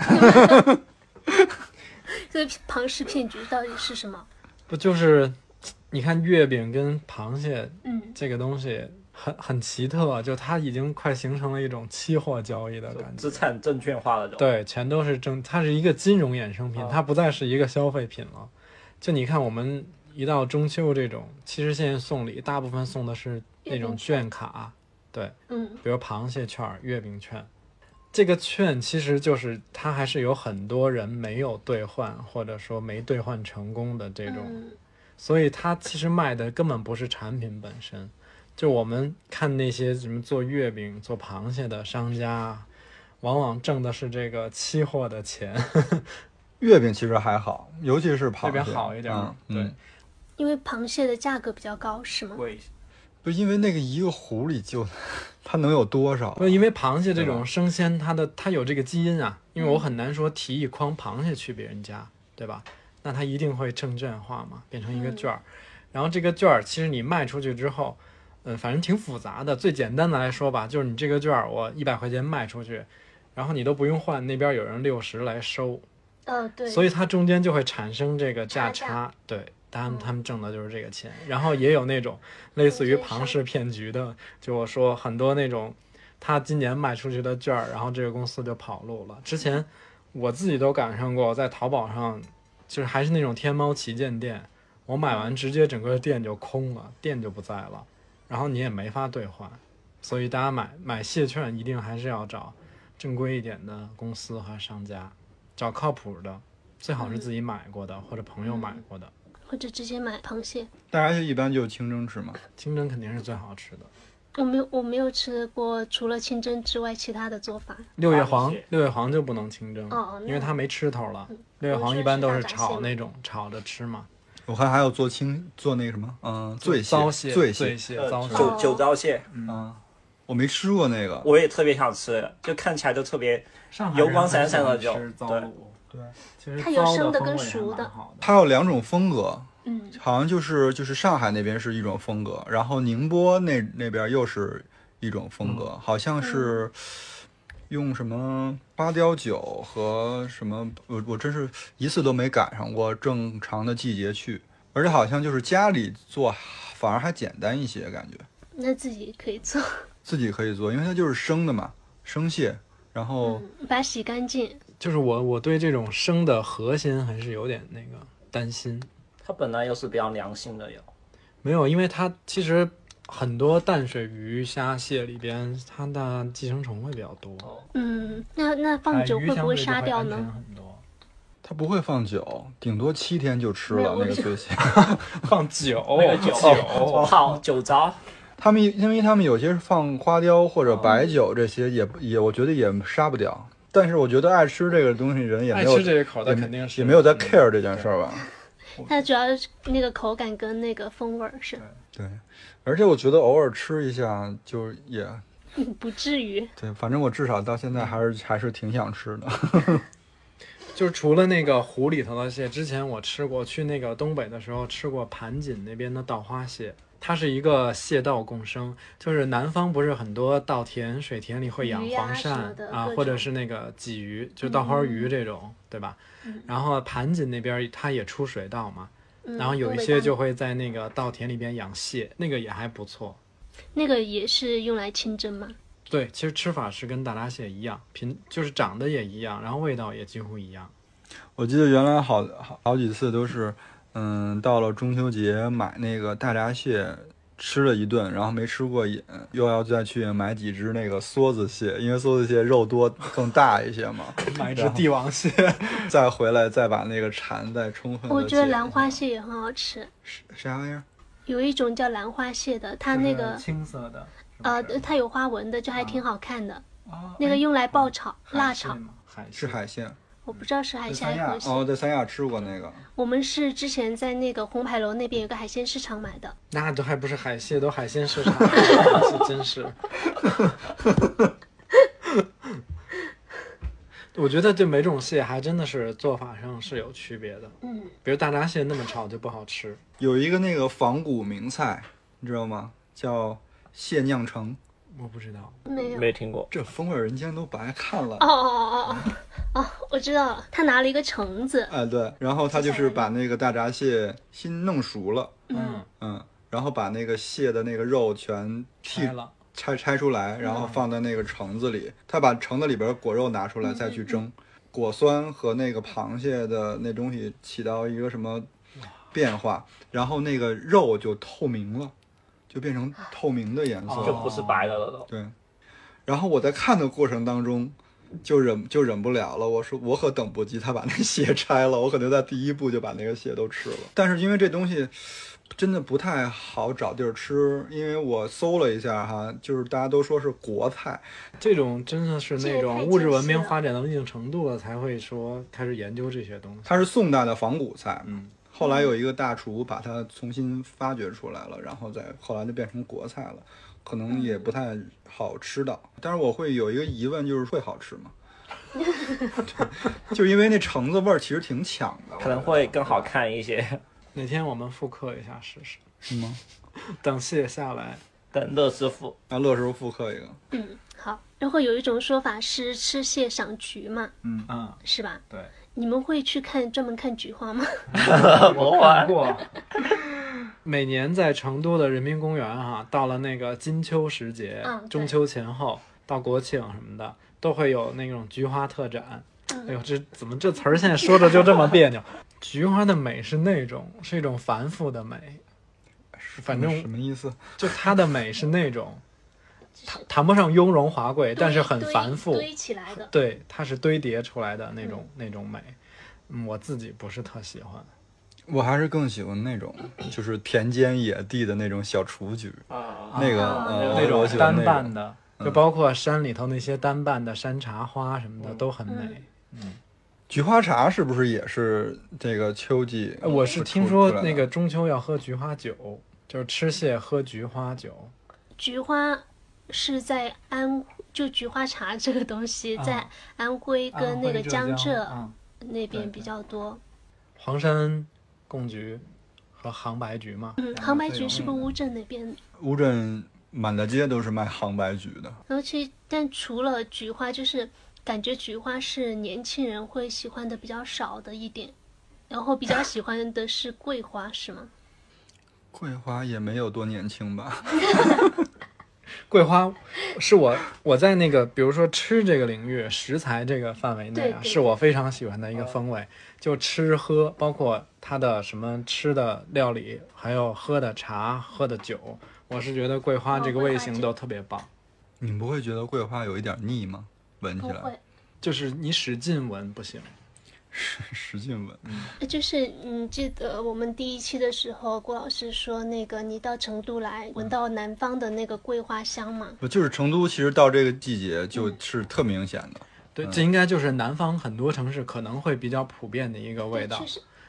这个庞氏骗局到底是什么？ 不就是你看月饼跟螃蟹嗯， 这个东西很很奇特，就它已经快形成了一种期货交易的感觉。 资产证券化了就。 对，全都是正，它是一个金融衍生品， 哦它不再是一个消费品了。就你看，我们一到中秋这种，其实现在送礼大部分送的是那种券卡，对， 嗯， 比如螃蟹券、月饼券。这个券其实就是它还是有很多人没有兑换，或者说没兑换成功的这种， 嗯所以它其实卖的根本不是产品本身。就我们看那些什么做月饼、做螃蟹的商家，往往挣的是这个期货的钱。 月饼其实还好，尤其是螃蟹这边好一点嗯对嗯因为螃蟹的价格比较高，是吗？ 贵。 不是因为那个一个湖里就它能有多少啊？ 不是因为螃蟹这种对吧生鲜，它的它有这个基因啊，因为我很难说提一筐螃蟹去别人家，对吧？那它一定会证券化嘛，变成一个券儿。然后这个券儿其实你卖出去之后，嗯，反正挺复杂的。最简单的来说吧，就是你这个券儿我一百块钱卖出去，然后你都不用换，那边有人六十来收， 嗯，对。 所以它中间就会产生这个价差差，对。他们他们挣的就是这个钱，然后也有那种类似于庞氏骗局的，就我说很多那种，他今年卖出去的券儿，然后这个公司就跑路了。之前我自己都赶上过，在淘宝上，就是还是那种天猫旗舰店，我买完直接整个店就空了，店就不在了，然后你也没法兑换，所以大家买买蟹券一定还是要找正规一点的公司和商家，找靠谱的，最好是自己买过的、或者朋友买过的。 或者直接买螃蟹。 大闸蟹一般就清蒸吃嘛。 清蒸肯定是最好吃的。 我没有我没有吃过除了清蒸之外其他的做法。 六月黄螃蟹， 六月黄就不能清蒸， 哦那因为它没吃头了。 嗯六月黄一般都是我说是大闸蟹吗炒那种，炒着吃嘛。 我看还有做清做那个什么，嗯，醉糟蟹， 蟹、 醉醉蟹， 蟹、 呃糟蟹。 酒酒糟蟹， 嗯，我没吃过那个。 我也特别想吃，就看起来就特别上海油光闪闪的就吃糟对卤，对，其实它有糟生的跟风味还熟的蛮好的。 它有两种风格， 嗯， 好像就是就是上海那边是一种风格，然后宁波那那边又是一种风格，好像是用什么花雕酒和什么，我我真是一次都没赶上过正常的季节去，而且好像就是家里做反而还简单一些，感觉那自己可以做， 自己可以做，因为它就是生的嘛，生蟹，然后嗯，把它洗干净。 就是我我对这种生的河鲜还是有点那个担心。 它本来又是比较良性的油。 没有，因为它其实很多淡水鱼、虾、蟹里边，它的寄生虫会比较多。 嗯，那那放久会不会杀掉呢？ 很多。 它不会放久，顶多七天就吃没有了那个我醉蟹。 放酒， 那个酒酒， 泡酒糟， 他们因为他们有些是放花雕或者白酒这些也也我觉得也杀不掉，但是我觉得爱吃这个东西人也没爱有吃这个口的也肯定是也没有在 care 这件事儿吧。 它主要是那个口感跟那个风味儿是， 对，而且我觉得偶尔吃一下就也嗯不至于。 对，反正我至少到现在还是还是挺想吃的。 就是除了那个湖里头的蟹，之前我吃过，去那个东北的时候吃过盘锦那边的稻花蟹， 它是一个蟹稻共生，就是南方不是很多稻田、水田里会养鱼呀黄什么鳝啊， 的各种或者是那个鲫鱼，就稻花鱼这种，对吧？ 嗯然后盘锦那边它也出水稻嘛， 嗯然后有一东北大些就会在那个稻田里边养蟹，那个也还不错。 那个也是用来清蒸嘛。 对，其实吃法是跟大闸蟹一样，品就是长得也一样，然后味道也几乎一样。 我记得原来好好好几次都是，嗯，到了中秋节买那个大闸蟹吃了一顿，然后没吃过瘾，又要再去买几只那个梭子蟹，因为梭子蟹肉多更大一些嘛， 买一只帝王蟹， 再回来再把那个馋再充分。 我觉得兰花蟹也很好吃， 啥玩意儿？ 有一种叫兰花蟹的，它那个青色的， 呃，它有花纹的，就还挺好看的。 哦那个用来爆炒、辣炒， 海是海鲜。 我不知道是海鲜还是河蟹。 哦，在三亚吃过那个。 我们是之前在那个红牌楼那边有个海鲜市场买的。 那都还不是海蟹，都海鲜市场，是真是。我觉得这每种蟹还真的是做法上是有区别的。 嗯， 比如大闸蟹那么炒就不好吃。 有一个那个仿古名菜，你知道吗？叫蟹酿成。 我不知道， 没有。 没听过。 这风味人间都白看了。 哦哦哦哦哦，我知道了，他拿了一个橙子。 哎，对，然后他就是把那个大闸蟹先弄熟了， 嗯嗯，然后把那个蟹的那个肉全剔拆了， 拆拆出来，然后放在那个橙子里。他把橙子里边果肉拿出来再去蒸，果酸和那个螃蟹的那东西起到一个什么变化，然后那个肉就透明了，就变成透明的颜色， 就不是白的了都。 对。然后我在看的过程当中。就忍就忍不了了，我说我可等不及他把那蟹拆了，我可能在第一步就把那个蟹都吃了。但是因为这东西真的不太好找地儿吃，因为我搜了一下哈，就是大家都说是国菜， 这种真的是那种物质文明发展到一定程度了才会说开始研究这些东西。 它是宋代的仿古菜， 嗯， 后来有一个大厨把它重新发掘出来了，然后再后来就变成国菜了。可能也不太好吃到，但是我会有一个疑问，就是会好吃吗？就因为那橙子味儿其实挺强的， 可能会更好看一些。 哪天我们复刻一下试试？ 是吗？ 等蟹下来， 等乐师傅， 让乐师傅复刻一个。 嗯，好。然后有一种说法是吃蟹赏菊嘛， 嗯嗯， 是吧？ 对。 你们会去看专门看菊花吗？ 我玩过。每年在成都的人民公园哈、啊，到了那个金秋时节， 嗯、 中秋前后到国庆什么的，都会有那种菊花特展。 嗯、 哎呦，这怎么这词儿现在说着就这么别扭？菊花的美是那种，是一种繁复的美，反正什么意思？ 就它的美是那种，谈谈不上雍容华贵，但是很繁复， 堆起来的。 对，它是堆叠出来的那种、嗯、那种美。嗯，我自己不是特喜欢。 我还是更喜欢那种，就是田间野地的那种小雏菊， 啊、 那个、 啊呃、 那种单瓣的， 就包括山里头那些单瓣的山茶花什么的、嗯、都很美。嗯， 菊花茶是不是也是这个秋季？ 我是听说那个中秋要喝菊花酒，就是吃蟹喝菊花酒。 菊花是在安，就菊花茶这个东西在安徽跟那个江浙那边比较多。 黄山贡菊和杭白菊嘛。 嗯，杭白菊是不是乌镇那边？ 乌镇满大街都是卖杭白菊的。 而且，但除了菊花，就是感觉菊花是年轻人会喜欢的比较少的一点，然后比较喜欢的是桂花，是吗？ 桂花也没有多年轻吧。 桂花是我我在那个比如说吃这个领域食材这个范围内啊，是我非常喜欢的一个风味。就吃喝，包括它的什么吃的料理，还有喝的茶、喝的酒，我是觉得桂花这个味型都特别棒。 你不会觉得桂花有一点腻吗？闻起来不会， 就是你使劲闻不行。 使劲闻， 嗯，就是你记得我们第一期的时候，郭老师说那个你到成都来闻到南方的那个桂花香嘛？ 就是成都其实到这个季节就是特明显的。 对，这应该就是南方很多城市可能会比较普遍的一个味道。 确实，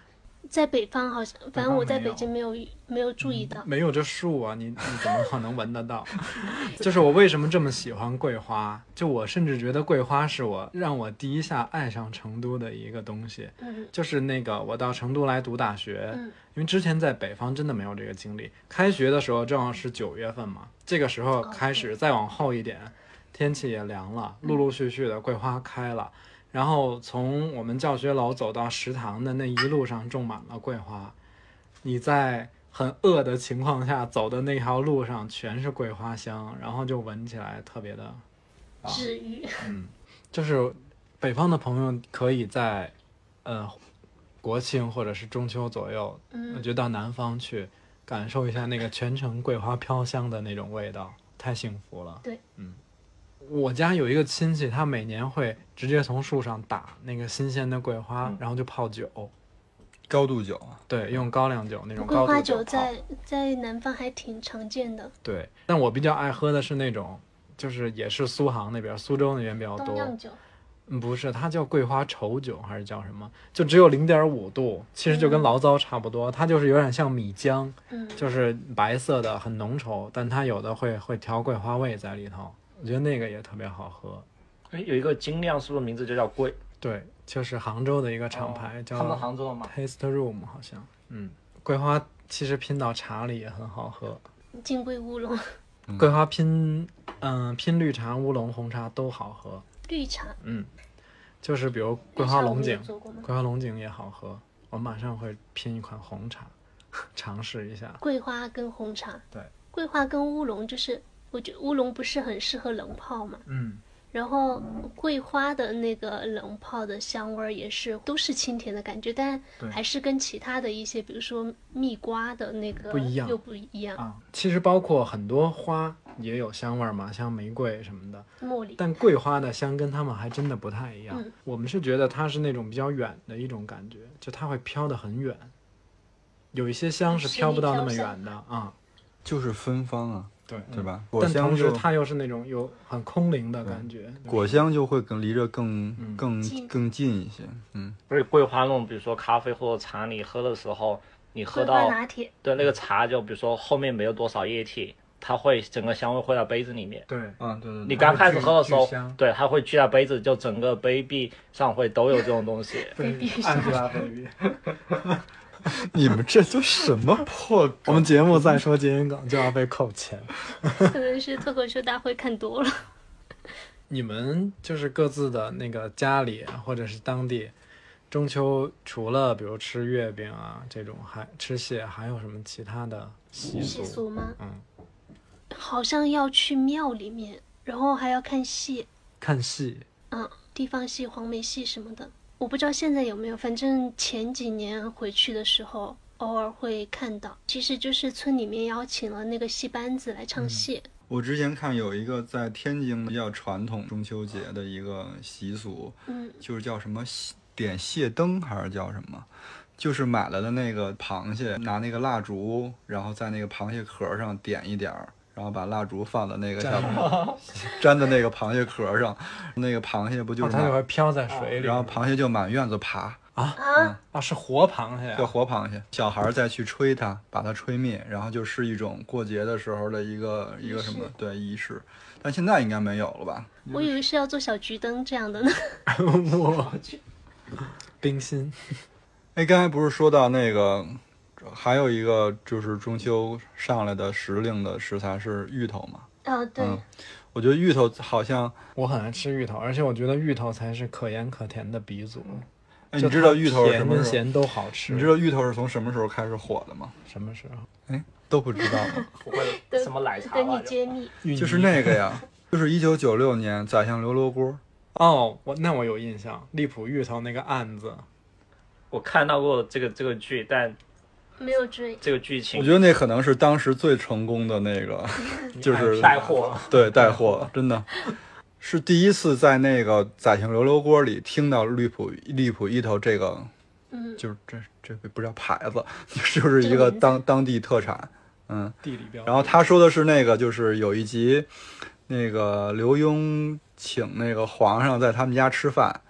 在北方好像，反正我在没有北京没有没有注意到。 没有这树啊，你你怎么可能闻得到？就是我为什么这么喜欢桂花，就我甚至觉得桂花是我让我第一下爱上成都的一个东西。 嗯就是那个我到成都来读大学， 嗯因为之前在北方真的没有这个经历。开学的时候正好是九月份嘛，这个时候开始，再往后一点，天气也凉了，陆陆续续的桂花开了。然后从我们教学楼走到食堂的那一路上种满了桂花，你在很饿的情况下走的那条路上全是桂花香，然后就闻起来特别的， 治愈。 嗯，就是北方的朋友可以在呃国庆或者是中秋左右， 嗯我就到南方去感受一下那个全程桂花飘香的那种味道，太幸福了。 对， 嗯。我家有一个亲戚，他每年会直接从树上打那个新鲜的桂花， 嗯、 然后就泡酒， 高度酒啊， 对，用高粱酒那种桂花高度酒泡。 酒在在南方还挺常见的。 对，但我比较爱喝的是那种，就是也是苏杭那边、苏州那边比较多。 东酿酒。 嗯，不是，它叫桂花稠酒还是叫什么？就只有零点五度，其实就跟醪糟差不多，嗯、它就是有点像米浆， 嗯， 就是白色的，很浓稠，但它有的会会调桂花味在里头。我觉得那个也特别好喝。 哎，有一个精酿是不是名字就叫桂？ 对，就是杭州的一个厂牌， 哦、 叫他们杭州的吗 ？Taste Room 好像。嗯，桂花其实拼到茶里也很好喝。 金桂乌龙。 桂花拼，嗯、呃，拼绿茶、乌龙、红茶都好喝。 绿茶。 嗯，就是比如桂花龙井， 桂花龙井也好喝。我马上会拼一款红茶，尝试一下。 桂花跟红茶。 对。 桂花跟乌龙就是。我觉得乌龙不是很适合冷泡嘛， 嗯， 然后桂花的那个冷泡的香味儿也是都是清甜的感觉，但还是跟其他的一些，比如说蜜瓜的那个不一样， 又不一样啊。其实包括很多花也有香味儿嘛，像玫瑰什么的， 茉莉， 但桂花的香跟它们还真的不太一样。 嗯、 我们是觉得它是那种比较远的一种感觉，就它会飘得很远，有一些香是飘不到那么远的啊， 就是芬芳啊。 对对吧？ 但同时它又是那种有很空灵的感觉， 果香就会更离着更、嗯、更更近一些。嗯， 而且桂花那种，比如说咖啡或者茶，你喝的时候，你喝到拿铁， 对那个茶，就比如说后面没有多少液体，它会整个香味会到杯子里面。 对， 嗯，对对对。 你刚开始喝的时候，对，它会聚到杯子，就整个杯壁上会都有这种东西。 杯壁上，杯壁。 你们这都什么破？ 我们节目再说谐音梗就要被扣钱。 可能是脱口秀大会看多了。 你们就是各自的那个家里或者是当地，中秋除了比如吃月饼啊这种，还吃蟹，还有什么其他的习俗？ 习俗吗？ 嗯， 好像要去庙里面，然后还要看戏。 看戏？ 嗯，地方戏、黄梅戏什么的。我不知道现在有没有，反正前几年回去的时候偶尔会看到，其实就是村里面邀请了那个戏班子来唱戏。 嗯、我之前看有一个在天津比较传统中秋节的一个习俗， 嗯， 就是叫什么点蟹灯还是叫什么，就是买了的那个螃蟹，拿那个蜡烛，然后在那个螃蟹壳上点一点儿。然后把蜡烛放在那个下面，粘在那个螃蟹壳上，那个螃蟹不就是、 哦、它就会飘在水里， 然后螃蟹就满院子爬啊、 嗯、 啊是活螃蟹、啊， 叫活螃蟹。小孩再去吹它，把它吹灭，然后就是一种过节的时候的一个一个什么对仪式，但现在应该没有了吧？ 我以为是要做小桔灯这样的呢。 我去，冰心。 哎，刚才不是说到那个？还有一个就是中秋上来的时令的食材是芋头嘛？ 哦，对、 嗯，我觉得芋头好像我很爱吃芋头，而且我觉得芋头才是可盐可甜的鼻祖。 哎，你知道芋头是什么时候？ 甜跟咸都好吃。 你知道芋头是从什么时候开始火的吗？ 什么时候？ 哎，都不知道吗？ 不会什么奶茶吧？ 等你揭秘。 就是那个呀，就是一九九六年宰相刘罗锅。 哦，我那我有印象，荔浦芋头那个案子， 我看到过这个这个剧，但。 没有追这个剧情， 我觉得那可能是当时最成功的那个，就是带货， 对，带货，真的是第一次在那个宰相刘罗锅里听到荔浦荔浦芋头这个， 嗯， 就是这这不叫牌子，就是一个当当地特产，嗯， 地理标。 然后他说的是那个，就是有一集，那个刘墉请那个皇上在他们家吃饭。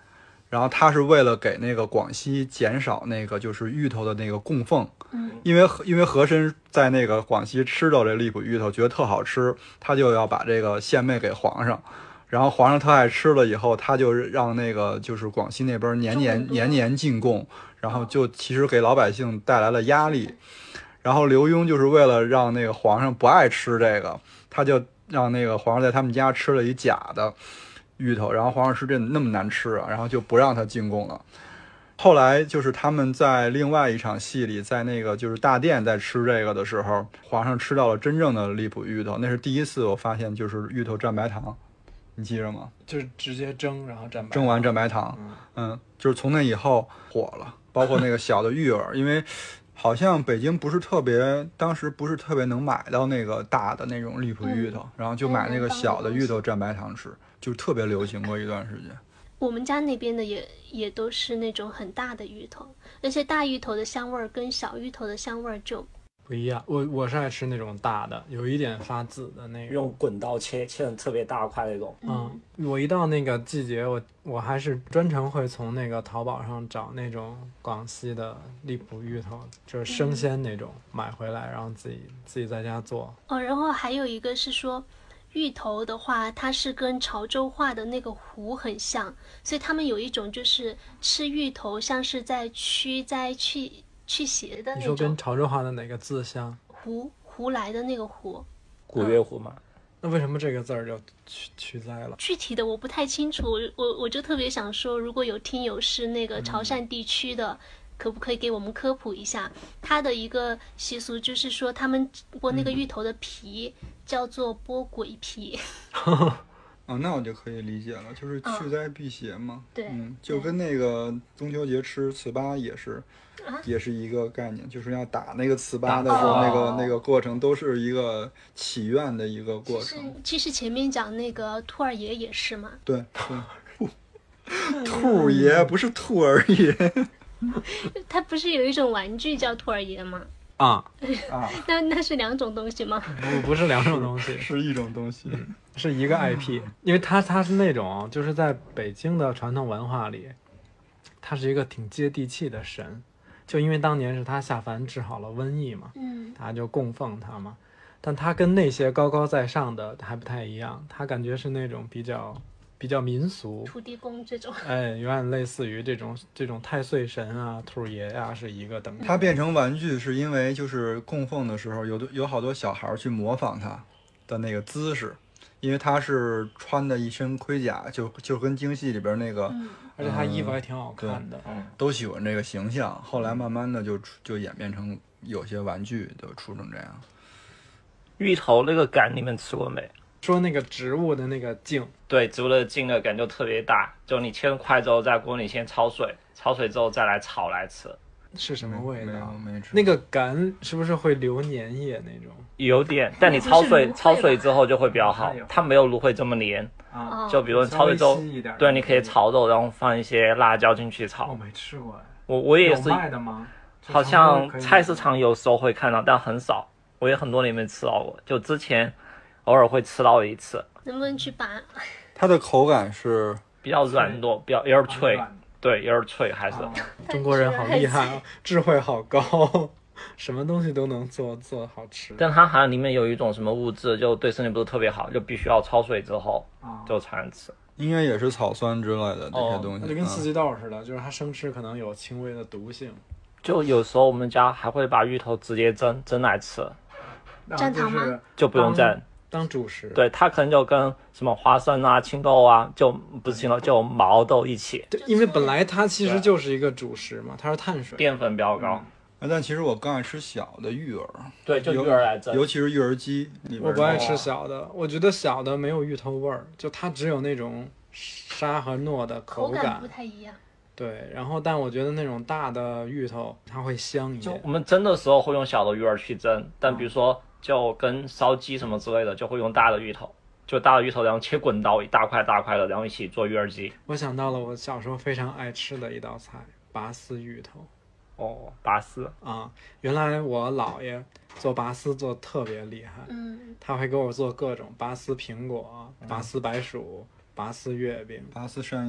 然后他是为了给那个广西减少那个就是芋头的那个供奉， 嗯， 因为因为和珅在那个广西吃到这荔浦芋头，觉得特好吃，他就要把这个献媚给皇上。然后皇上特爱吃了以后，他就让那个就是广西那边年年年年进贡，然后就其实给老百姓带来了压力。然后刘墉就是为了让那个皇上不爱吃这个，他就让那个皇上在他们家吃了一假的芋头，然后皇上吃这那么难吃啊，然后就不让他进贡了。后来就是他们在另外一场戏里，在那个就是大殿在吃这个的时候，皇上吃到了真正的荔浦芋头，那是第一次我发现就是芋头蘸白糖，你记着吗？ 就是直接蒸，然后蘸白糖， 蒸完蘸白糖，嗯, 嗯，就是从那以后火了，包括那个小的芋儿，因为好像北京不是特别，当时不是特别能买到那个大的那种荔浦芋头，嗯、然后就买那个小的芋头蘸白糖吃，就特别流行过一段时间。 我们家那边的也也都是那种很大的芋头，而且大芋头的香味儿跟小芋头的香味儿就不一样。我我是爱吃那种大的，有一点发紫的那种， 用滚刀切，切成特别大块那种。 嗯，我一到那个季节，我我还是专程会从那个淘宝上找那种广西的荔浦芋头，就是生鲜那种、嗯、买回来，然后自己自己在家做。 哦，然后还有一个是说。芋头的话，它是跟潮州话的那个湖很像，所以他们有一种就是吃芋头像是在驱灾去去邪的那种。 你说跟潮州话的哪个字像？ 湖湖来的那个湖， 古月湖嘛。 嗯、那为什么这个字儿就驱驱灾了？ 具体的我不太清楚，我我我就特别想说，如果有听友是那个潮汕地区的。嗯，可不可以给我们科普一下？它的一个习俗就是说，他们剥那个芋头的皮、嗯、叫做剥鬼皮。 哦，那我就可以理解了，就是去灾避邪嘛。 哦、对， 嗯，就跟那个中秋节吃糍粑也是，啊、也是一个概念，就是要打那个糍粑的时候，那个、哦、那个过程都是一个祈愿的一个过程。 其实，其实前面讲那个兔儿爷也是嘛。 对对，兔爷不是兔儿爷。 它不是有一种玩具叫兔儿爷吗？ 啊啊， 那那是两种东西吗？ 不，不是两种东西， 是一种东西， 是一个 I P。因为它它是那种，就是在北京的传统文化里，它是一个挺接地气的神。就因为当年是他下凡治好了瘟疫嘛， 嗯， 他就供奉他嘛。但他跟那些高高在上的还不太一样，他感觉是那种比较。比较民俗， 土地公这种， 哎，有点类似于这种这种太岁神啊、兔爷啊，是一个等级。 它变成玩具是因为就是供奉的时候，有的有好多小孩去模仿他的那个姿势，因为他是穿的一身盔甲，就就跟京戏里边那个， 嗯、 而且他衣服还挺好看的， 嗯、都喜欢这个形象。后来慢慢的就就演变成有些玩具就出成这样。 芋头那个杆你们吃过没？ 说那个植物的那个茎， 对，植物的茎的感就特别大，就你切块之后在锅里先焯水，焯水之后再来炒来吃。 是什么味道？ 没没吃。 那个杆是不是会流粘液那种？ 有点，但你焯水焯水之后就会比较好，它没有芦荟这么黏。 啊， 就比如你焯水之后，对，你可以炒肉，然后放一些辣椒进去炒。 我没吃过哎。 我我也是。 有卖的吗？ 好像菜市场有时候会看到，但很少。我也很多年没吃到过，就之前。偶尔会吃到一次， 能不能去拔？ 它的口感是比较软糯，比较有点脆，对，有点脆，还是、 啊、中国人好厉害啊，智慧好高，什么东西都能做，做好吃。 但它好像里面有一种什么物质，就对身体不是特别好，就必须要焯水之后就才能吃。 应该也是草酸之类的这些东西， 它、哦、就跟四季豆似的，就是它生吃可能有轻微的毒性。 就有时候我们家还会把芋头直接蒸蒸来吃， 蘸糖吗？ 就不用蘸。 当主食， 对，它可能就跟什么花生啊、青豆啊，就不是青豆，就毛豆一起。 对，因为本来它其实就是一个主食嘛，它是碳水， 淀粉比较高。 嗯、但其实我更爱吃小的芋儿， 对，就芋儿来蒸， 尤其是芋儿鸡。 我不爱吃小的，我觉得小的没有芋头味儿，就它只有那种沙和糯的口感， 口感不太一样。 对，然后但我觉得那种大的芋头它会香一点。 就我们蒸的时候会用小的芋儿去蒸，但比如说。就跟烧鸡什么之类的，就会用大的芋头，就大的芋头，然后切滚刀，一大块大块的，然后一起做芋儿鸡。 我想到了我小时候非常爱吃的一道菜——拔丝芋头。 哦，拔丝啊！原来我姥爷做拔丝做特别厉害， 嗯， 他会给我做各种拔丝苹果、拔丝白薯、拔丝月饼、 拔丝山药。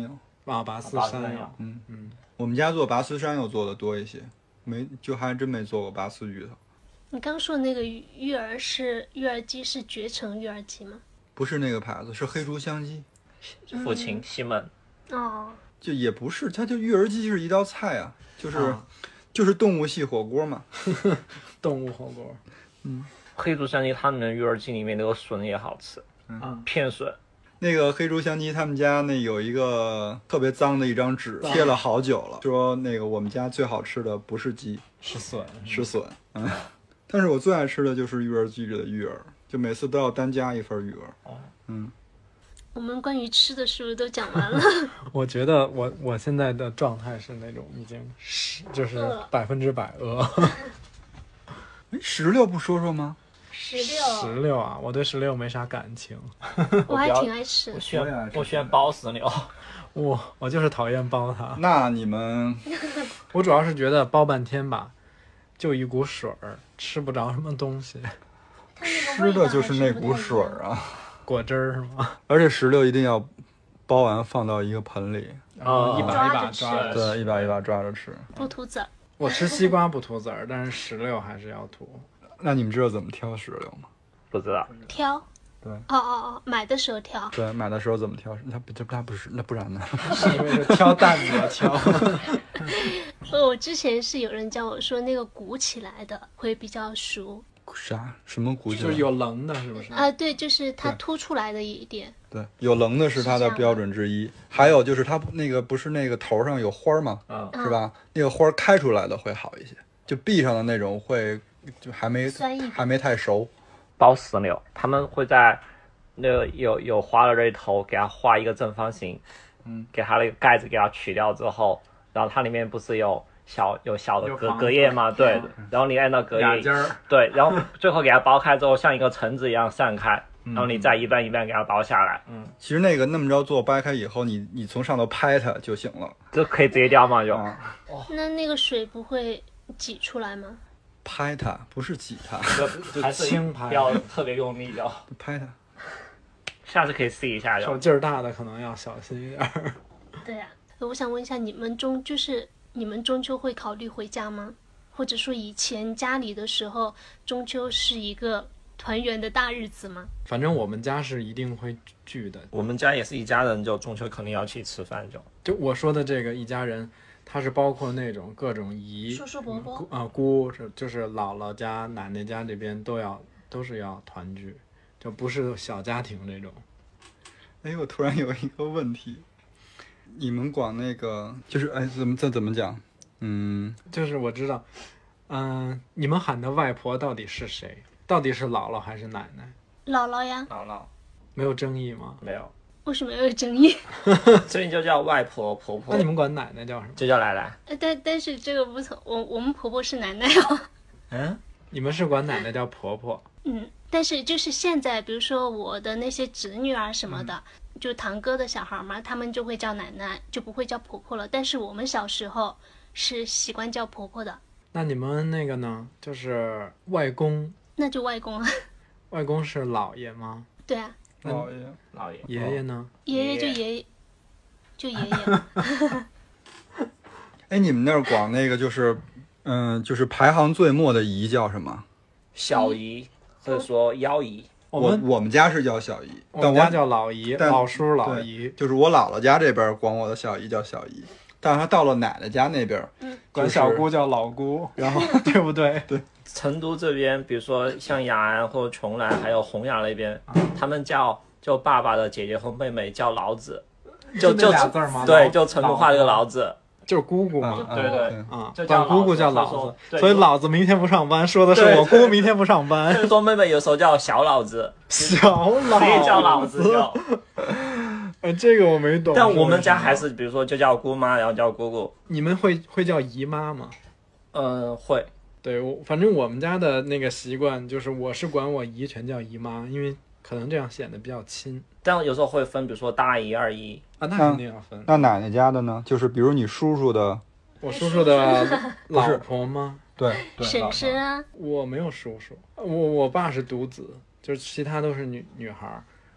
啊，拔丝山药拔丝山药， 嗯嗯， 我们家做拔丝山药做的多一些，没就还真没做过拔丝芋头。 你刚说的那个育育儿是育儿鸡是绝成育儿鸡吗？ 不是那个牌子，是黑竹香鸡， 父亲西门， 哦， 就也不是，它就育儿鸡是一道菜啊，就是、 啊就是动物系火锅嘛。 动物火锅， 黑竹香鸡他们的育儿鸡里面那个笋也好吃， 嗯， 片笋。 那个黑竹香鸡他们家那有一个特别脏的一张纸，贴了好久了，说那个我们家最好吃的不是鸡， 是笋， 是笋。嗯，但是我最爱吃的就是育儿鸡里的育儿，就每次都要单加一份育儿。嗯， 我们关于吃的是不是都讲完了？ 我觉得我我现在的状态是那种已经是就是饿百分之百饿。 哎，石榴不说说吗？ 石石榴啊，我对石榴没啥感情， 我还挺爱吃我。喜我也爱吃欢我喜欢包石榴， 我我就是讨厌包它。 那你们我主要是觉得包半天吧，就一股水儿，吃不着什么东西。 吃的就是那股水儿啊， 果汁儿是吗？ 而且石榴一定要包完放到一个盆里， 然后一把一把抓着吃抓着吃。 对，一把一把抓着吃。 不吐籽儿。 我吃西瓜不吐籽儿，但是石榴还是要吐。 那你们知道怎么挑石榴吗？ 不知道。 挑。 对。 哦哦哦，买的时候挑。 对，买的时候怎么挑？它不，它不是，那不然呢？ 是因为是挑担子挑。 呃，我之前是有人教我说，那个鼓起来的会比较熟。 啥？什么骨就是有棱的，是不是？ 啊，对，就是它对凸出来的一点。 对，有棱的是它的标准之一。还有就是它那个不是那个头上有花吗？ 嗯， 是吧？那个花开出来的会好一些，就闭上的那种会就还没酸一点还没太熟。 包石榴，他们会在那个有有花的那头给它画一个正方形， 嗯， 给它那个盖子给它取掉之后，然后它里面不是有小有小的隔有房隔叶吗？对，然后你按照隔叶， 俩尖儿， 对，然后最后给它剥开之后，像一个橙子一样散开，然后你再一半一半给它剥下来， 其实那个那么着做，掰开以后，你你从上头拍它就行了。 这可以直接掉吗？就啊， 那那个水不会挤出来吗？ 拍它不是挤它， 就还是轻拍要特别用力的， 拍它。 下次可以试一下就。 手劲儿大的可能要小心一点儿。 对呀、我想问一下，你们中就是你们中秋会考虑回家吗？或者说以前家里的时候，中秋是一个团圆的大日子吗？ 反正我们家是一定会聚的。 我们家也是一家人，就中秋肯定要去吃饭就。 就我说的这个一家人，它是包括那种各种姨、 叔叔伯伯姑啊姑，是就是姥姥家、奶奶家这边都要都是要团聚，就不是小家庭这种。 哎，我突然有一个问题，你们管那个就是哎怎么这怎么讲？嗯， 就是我知道，嗯、你们喊的外婆到底是谁？到底是姥姥还是奶奶？ 姥姥呀， 姥姥没有争议吗？ 没有， 为什么要有争议？ 这里就叫外婆婆婆那你，们管奶奶叫什么？ 就叫奶奶。 呃但但是这个不同，我我们婆婆是奶奶哦。 嗯， 你们是管奶奶叫婆婆？ 嗯，但是就是现在，比如说我的那些侄女啊什么的，就堂哥的小孩嘛，他们就会叫奶奶，就不会叫婆婆了。但是我们小时候是习惯叫婆婆的， 那你们那个呢？就是外公， 那就外公啊。 外公是姥爷吗？ 对啊， 那姥爷。 姥爷， 爷爷呢？ 爷爷就爷爷，就爷爷。 哎，你们那儿管那个就是，嗯，就是排行最末的姨叫什么？ 小姨或者说幺姨， 我我们我们家是叫小姨，但我我们家叫老姨、 但老叔、老对姨， 就是我姥姥家这边管我的小姨叫小姨，但是她到了奶奶家那边， 管小姑叫老姑，然后对不对？对， 成都这边，比如说像雅安或者邛崃，还有洪雅那边，他们叫就爸爸的姐姐和妹妹叫老子，就那就俩字儿吗？ 对， 老就成都话这个老子， 就是姑姑嘛。 嗯对对嗯啊， 就叫管姑姑叫老子老子， 对所以老子明天不上班，说的是对我姑明天不上班所。以说妹妹有时候叫小老子， 小老直接叫老子就。 哎，这个我没懂。 但我们为什么家还是比如说就叫姑妈，然后叫姑姑， 你们会会叫姨妈吗？ 嗯，会。 对，我反正我们家的那个习惯就是，我是管我姨全叫姨妈，因为可能这样显得比较亲但有时候会分，比如说大姨、二姨， 啊。那肯定要分。 那奶奶家的呢？就是比如你叔叔的， 我叔叔的老婆吗？ 对对， 婶婶啊， 我没有叔叔，我我爸是独子，就是其他都是女女孩儿。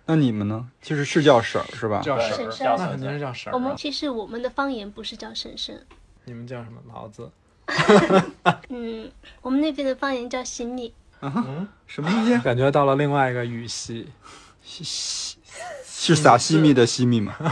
那你们呢？其实是叫婶儿是吧？ 叫婶儿， 婶婶那肯定是叫婶儿、啊。 我们其实我们的方言不是叫婶婶， 你们叫什么？老子？ 嗯，我们那边的方言叫洗米。 嗯，什么东西？ 感觉到了另外一个语系， 是撒西米的西米吗？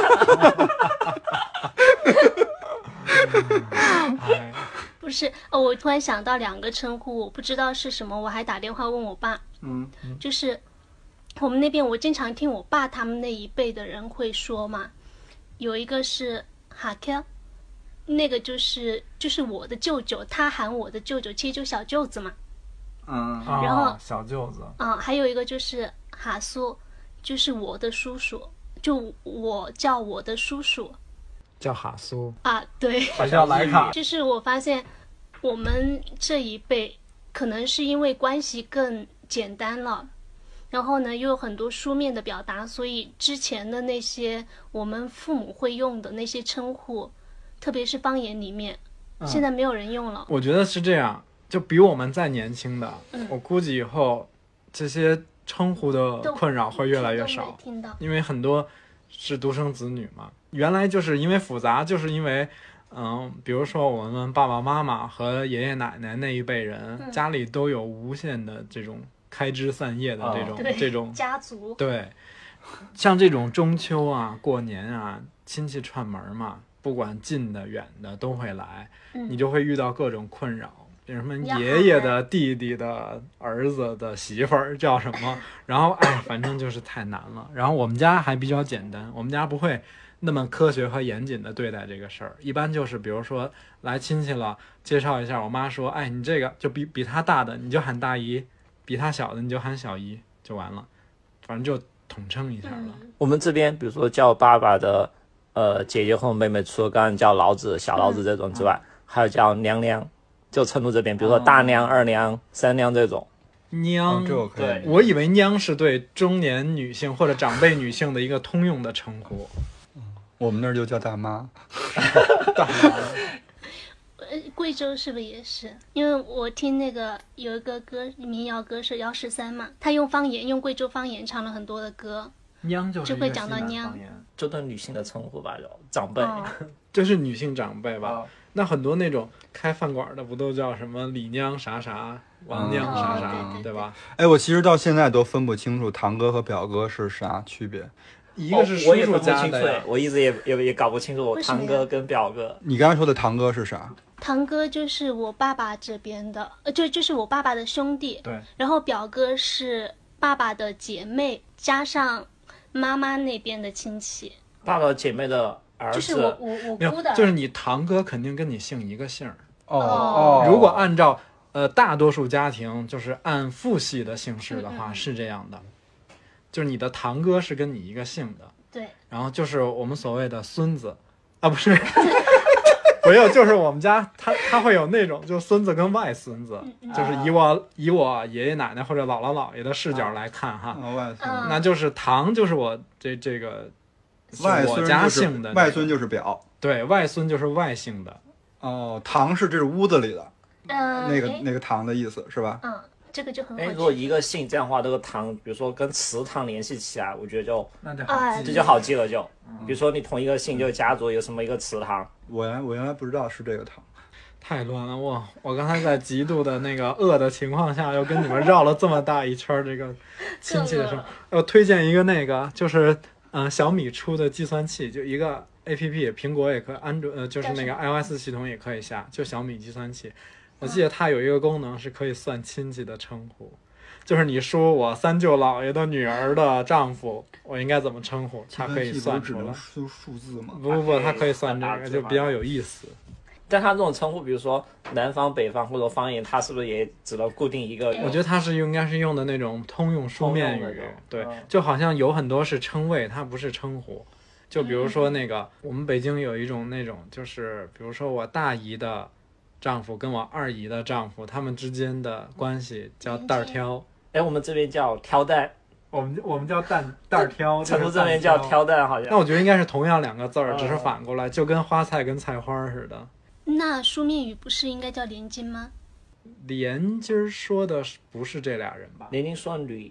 哎， 不是，哦，我突然想到两个称呼，我不知道是什么，我还打电话问我爸。 嗯， 就是我们那边，我经常听我爸他们那一辈的人会说嘛，有一个是哈克，那个就是就是我的舅舅，他喊我的舅舅，其实就小舅子嘛。 嗯， 然后哦小舅子， 嗯，还有一个就是哈苏，就是我的叔叔，就我叫我的叔叔叫哈苏， 啊，对。 还叫莱卡。 就是我发现我们这一辈可能是因为关系更简单了，然后呢又有很多书面的表达，所以之前的那些我们父母会用的那些称呼，特别是方言里面，现在没有人用了。 我觉得是这样，就比我们再年轻的， 嗯我估计以后这些称呼的都困扰会越来越都少没，听到。 因为很多是独生子女嘛。原来就是因为复杂，就是因为，嗯，比如说我们爸爸妈妈和爷爷奶奶那一辈人， 嗯家里都有无限的这种开枝散叶的这种、 对这种家族。 对，像这种中秋啊、过年啊，亲戚串门嘛，不管近的远的都会来， 嗯你就会遇到各种困扰。比如什么你要喊爷爷的弟弟的儿子的媳妇儿叫什么，然后哎，反正就是太难了。然后我们家还比较简单，我们家不会那么科学和严谨的对待这个事儿，一般就是比如说来亲戚了，介绍一下，我妈说，哎，你这个就比比他大的你就喊大姨，比他小的你就喊小姨就完了，反正就统称一下了。 嗯我们这边比如说叫爸爸的呃姐姐和妹妹，除了刚刚叫老子、小老子这种之外，还有叫娘娘，就成都这边，比如说大娘、二娘、三娘这种。 娘， 哦这我可以对我以为娘是对中年女性或者长辈女性的一个通用的称呼。 我们那儿就叫大妈。 大妈， 呃，贵州是不是也是？因为我听那个有一个歌民谣歌手姚十三嘛，他用方言，用贵州方言唱了很多的歌。 娘就是就会一个西南讲到娘方言， 就对女性的称呼吧，就长辈。 哦， 就是女性长辈吧。 啊那很多那种开饭馆的不都叫什么李娘啥啥、王娘啥啥， 哦对对对吧？ 哎，我其实到现在都分不清楚堂哥和表哥是啥区别。 一个是叔哦我也分不叔家清楚的呀， 我一直也也也搞不清楚我为什么呀堂哥跟表哥。 你刚才说的堂哥是啥？ 堂哥就是我爸爸这边的，呃，就就是我爸爸的兄弟。 对。 然后表哥是爸爸的姐妹，加上妈妈那边的亲戚， 爸爸姐妹的儿子， 就是我我我没有姑的，， 就是你堂哥肯定跟你姓一个姓儿。 哦哦如果按照呃大多数家庭就是按父系的姓氏的话， 嗯嗯嗯是这样的，就是你的堂哥是跟你一个姓的， 对， 然后就是我们所谓的孙子啊，不是。没有，就是我们家他他会有那种，就孙子跟外孙子， 嗯就是以我以我爷爷奶奶或者姥姥姥爷的视角来看哈， 哦，外孙， 嗯那就是堂就是我这这个是外我家孙就是姓的、 外孙就是表。 对，外孙就是外姓的。 哦，堂是这是屋子里的嗯、 那个诶那个堂的意思是吧？ 嗯，这个就很好哎， 记。 如果一个姓这样的话，这个堂，比如说跟祠堂联系起来，我觉得就那就哎这就好记了就。比如说你同一个姓，就家族有什么一个祠堂， 我原来我原来不知道是这个堂。 太乱了，我我刚才在极度的那个饿的情况下，又跟你们绕了这么大一圈儿这个亲戚的事儿。我推荐一个那个，就是嗯、呃、小米出的计算器，就一个 A P P， 苹果也可以，安卓呃就是那个 iOS 系统也可以下，就小米计算器。我记得它有一个功能是可以算亲戚的称呼，就是你输我三舅姥爷的女儿的丈夫，我应该怎么称呼，它可以算出来计算器不是只能。输数字吗？ 不不不，它可以算这个，就比较有意思。 但他这种称呼，比如说南方、北方或者方言，他是不是也只能固定一个？ 我觉得它是应该是用的那种通用书面语通用的那种， 对嗯， 就好像有很多是称谓，它不是称呼。就比如说那个，我们北京有一种那种，就是比如说我大姨的丈夫跟我二姨的丈夫，他们之间的关系叫蛋儿挑， 哎，我们这边叫挑担， 我们我们叫蛋蛋儿挑， 成都这边叫挑担，好像。 那我觉得应该是同样两个字儿， 嗯只是反过来，就跟花菜跟菜花似的。 那书面语不是应该叫连襟吗？ 连今儿说的是不是这俩人吧？ 连襟说女，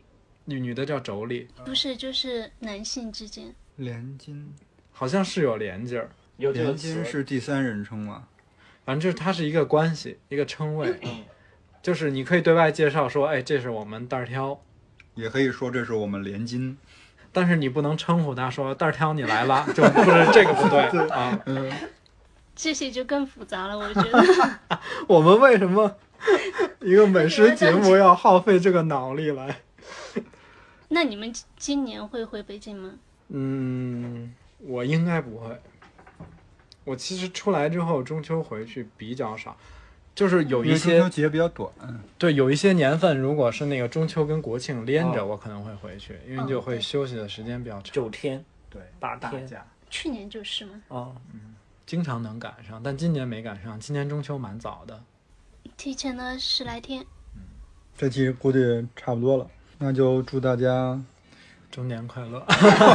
女女的叫妯娌， 不是，就是男性之间。 连襟， 好像是有连襟儿， 有这个连襟词是第三人称吗？ 反正就是它是一个关系，一个称谓，就是你可以对外介绍说，哎，这是我们袋儿挑， 也可以说这是我们连襟。 但是你不能称呼他说袋儿挑你来了，就不是这个不对啊。 嗯， 这些就更复杂了，我觉得。 我们为什么一个美食节目要耗费这个脑力来？ 那你们今年会回北京吗？ 嗯，我应该不会。我其实出来之后，中秋回去比较少，就是有一因为中些秋节比较短。 对，有一些年份，如果是那个中秋跟国庆连着， 哦我可能会回去，因为就会休息的时间比较长。 九天对， 八天大假， 去年就是吗？ 啊， 经常能赶上，但今年没赶上。今年中秋蛮早的。 提前了十来天。 这期估计差不多了，那就祝大家中年快乐！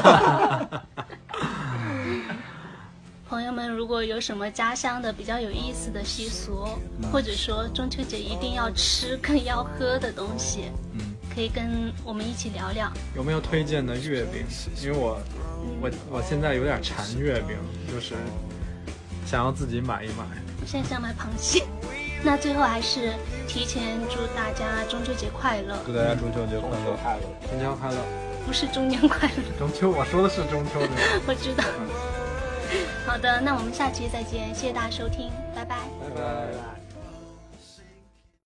朋友们，如果有什么家乡的比较有意思的习俗，或者说中秋节一定要吃更要喝的东西， 嗯， 可以跟我们一起聊聊。 有没有推荐的月饼？因为我我我现在有点馋月饼，就是想要自己买一买。 我现在想买螃蟹。那最后还是提前祝大家中秋节快乐， 祝大家中秋节快乐。 快乐。 中秋快乐！ 不是中年快乐。 中秋，我说的是中秋的。 我知道。好的，那我们下期再见，谢谢大家收听，拜拜。 拜拜。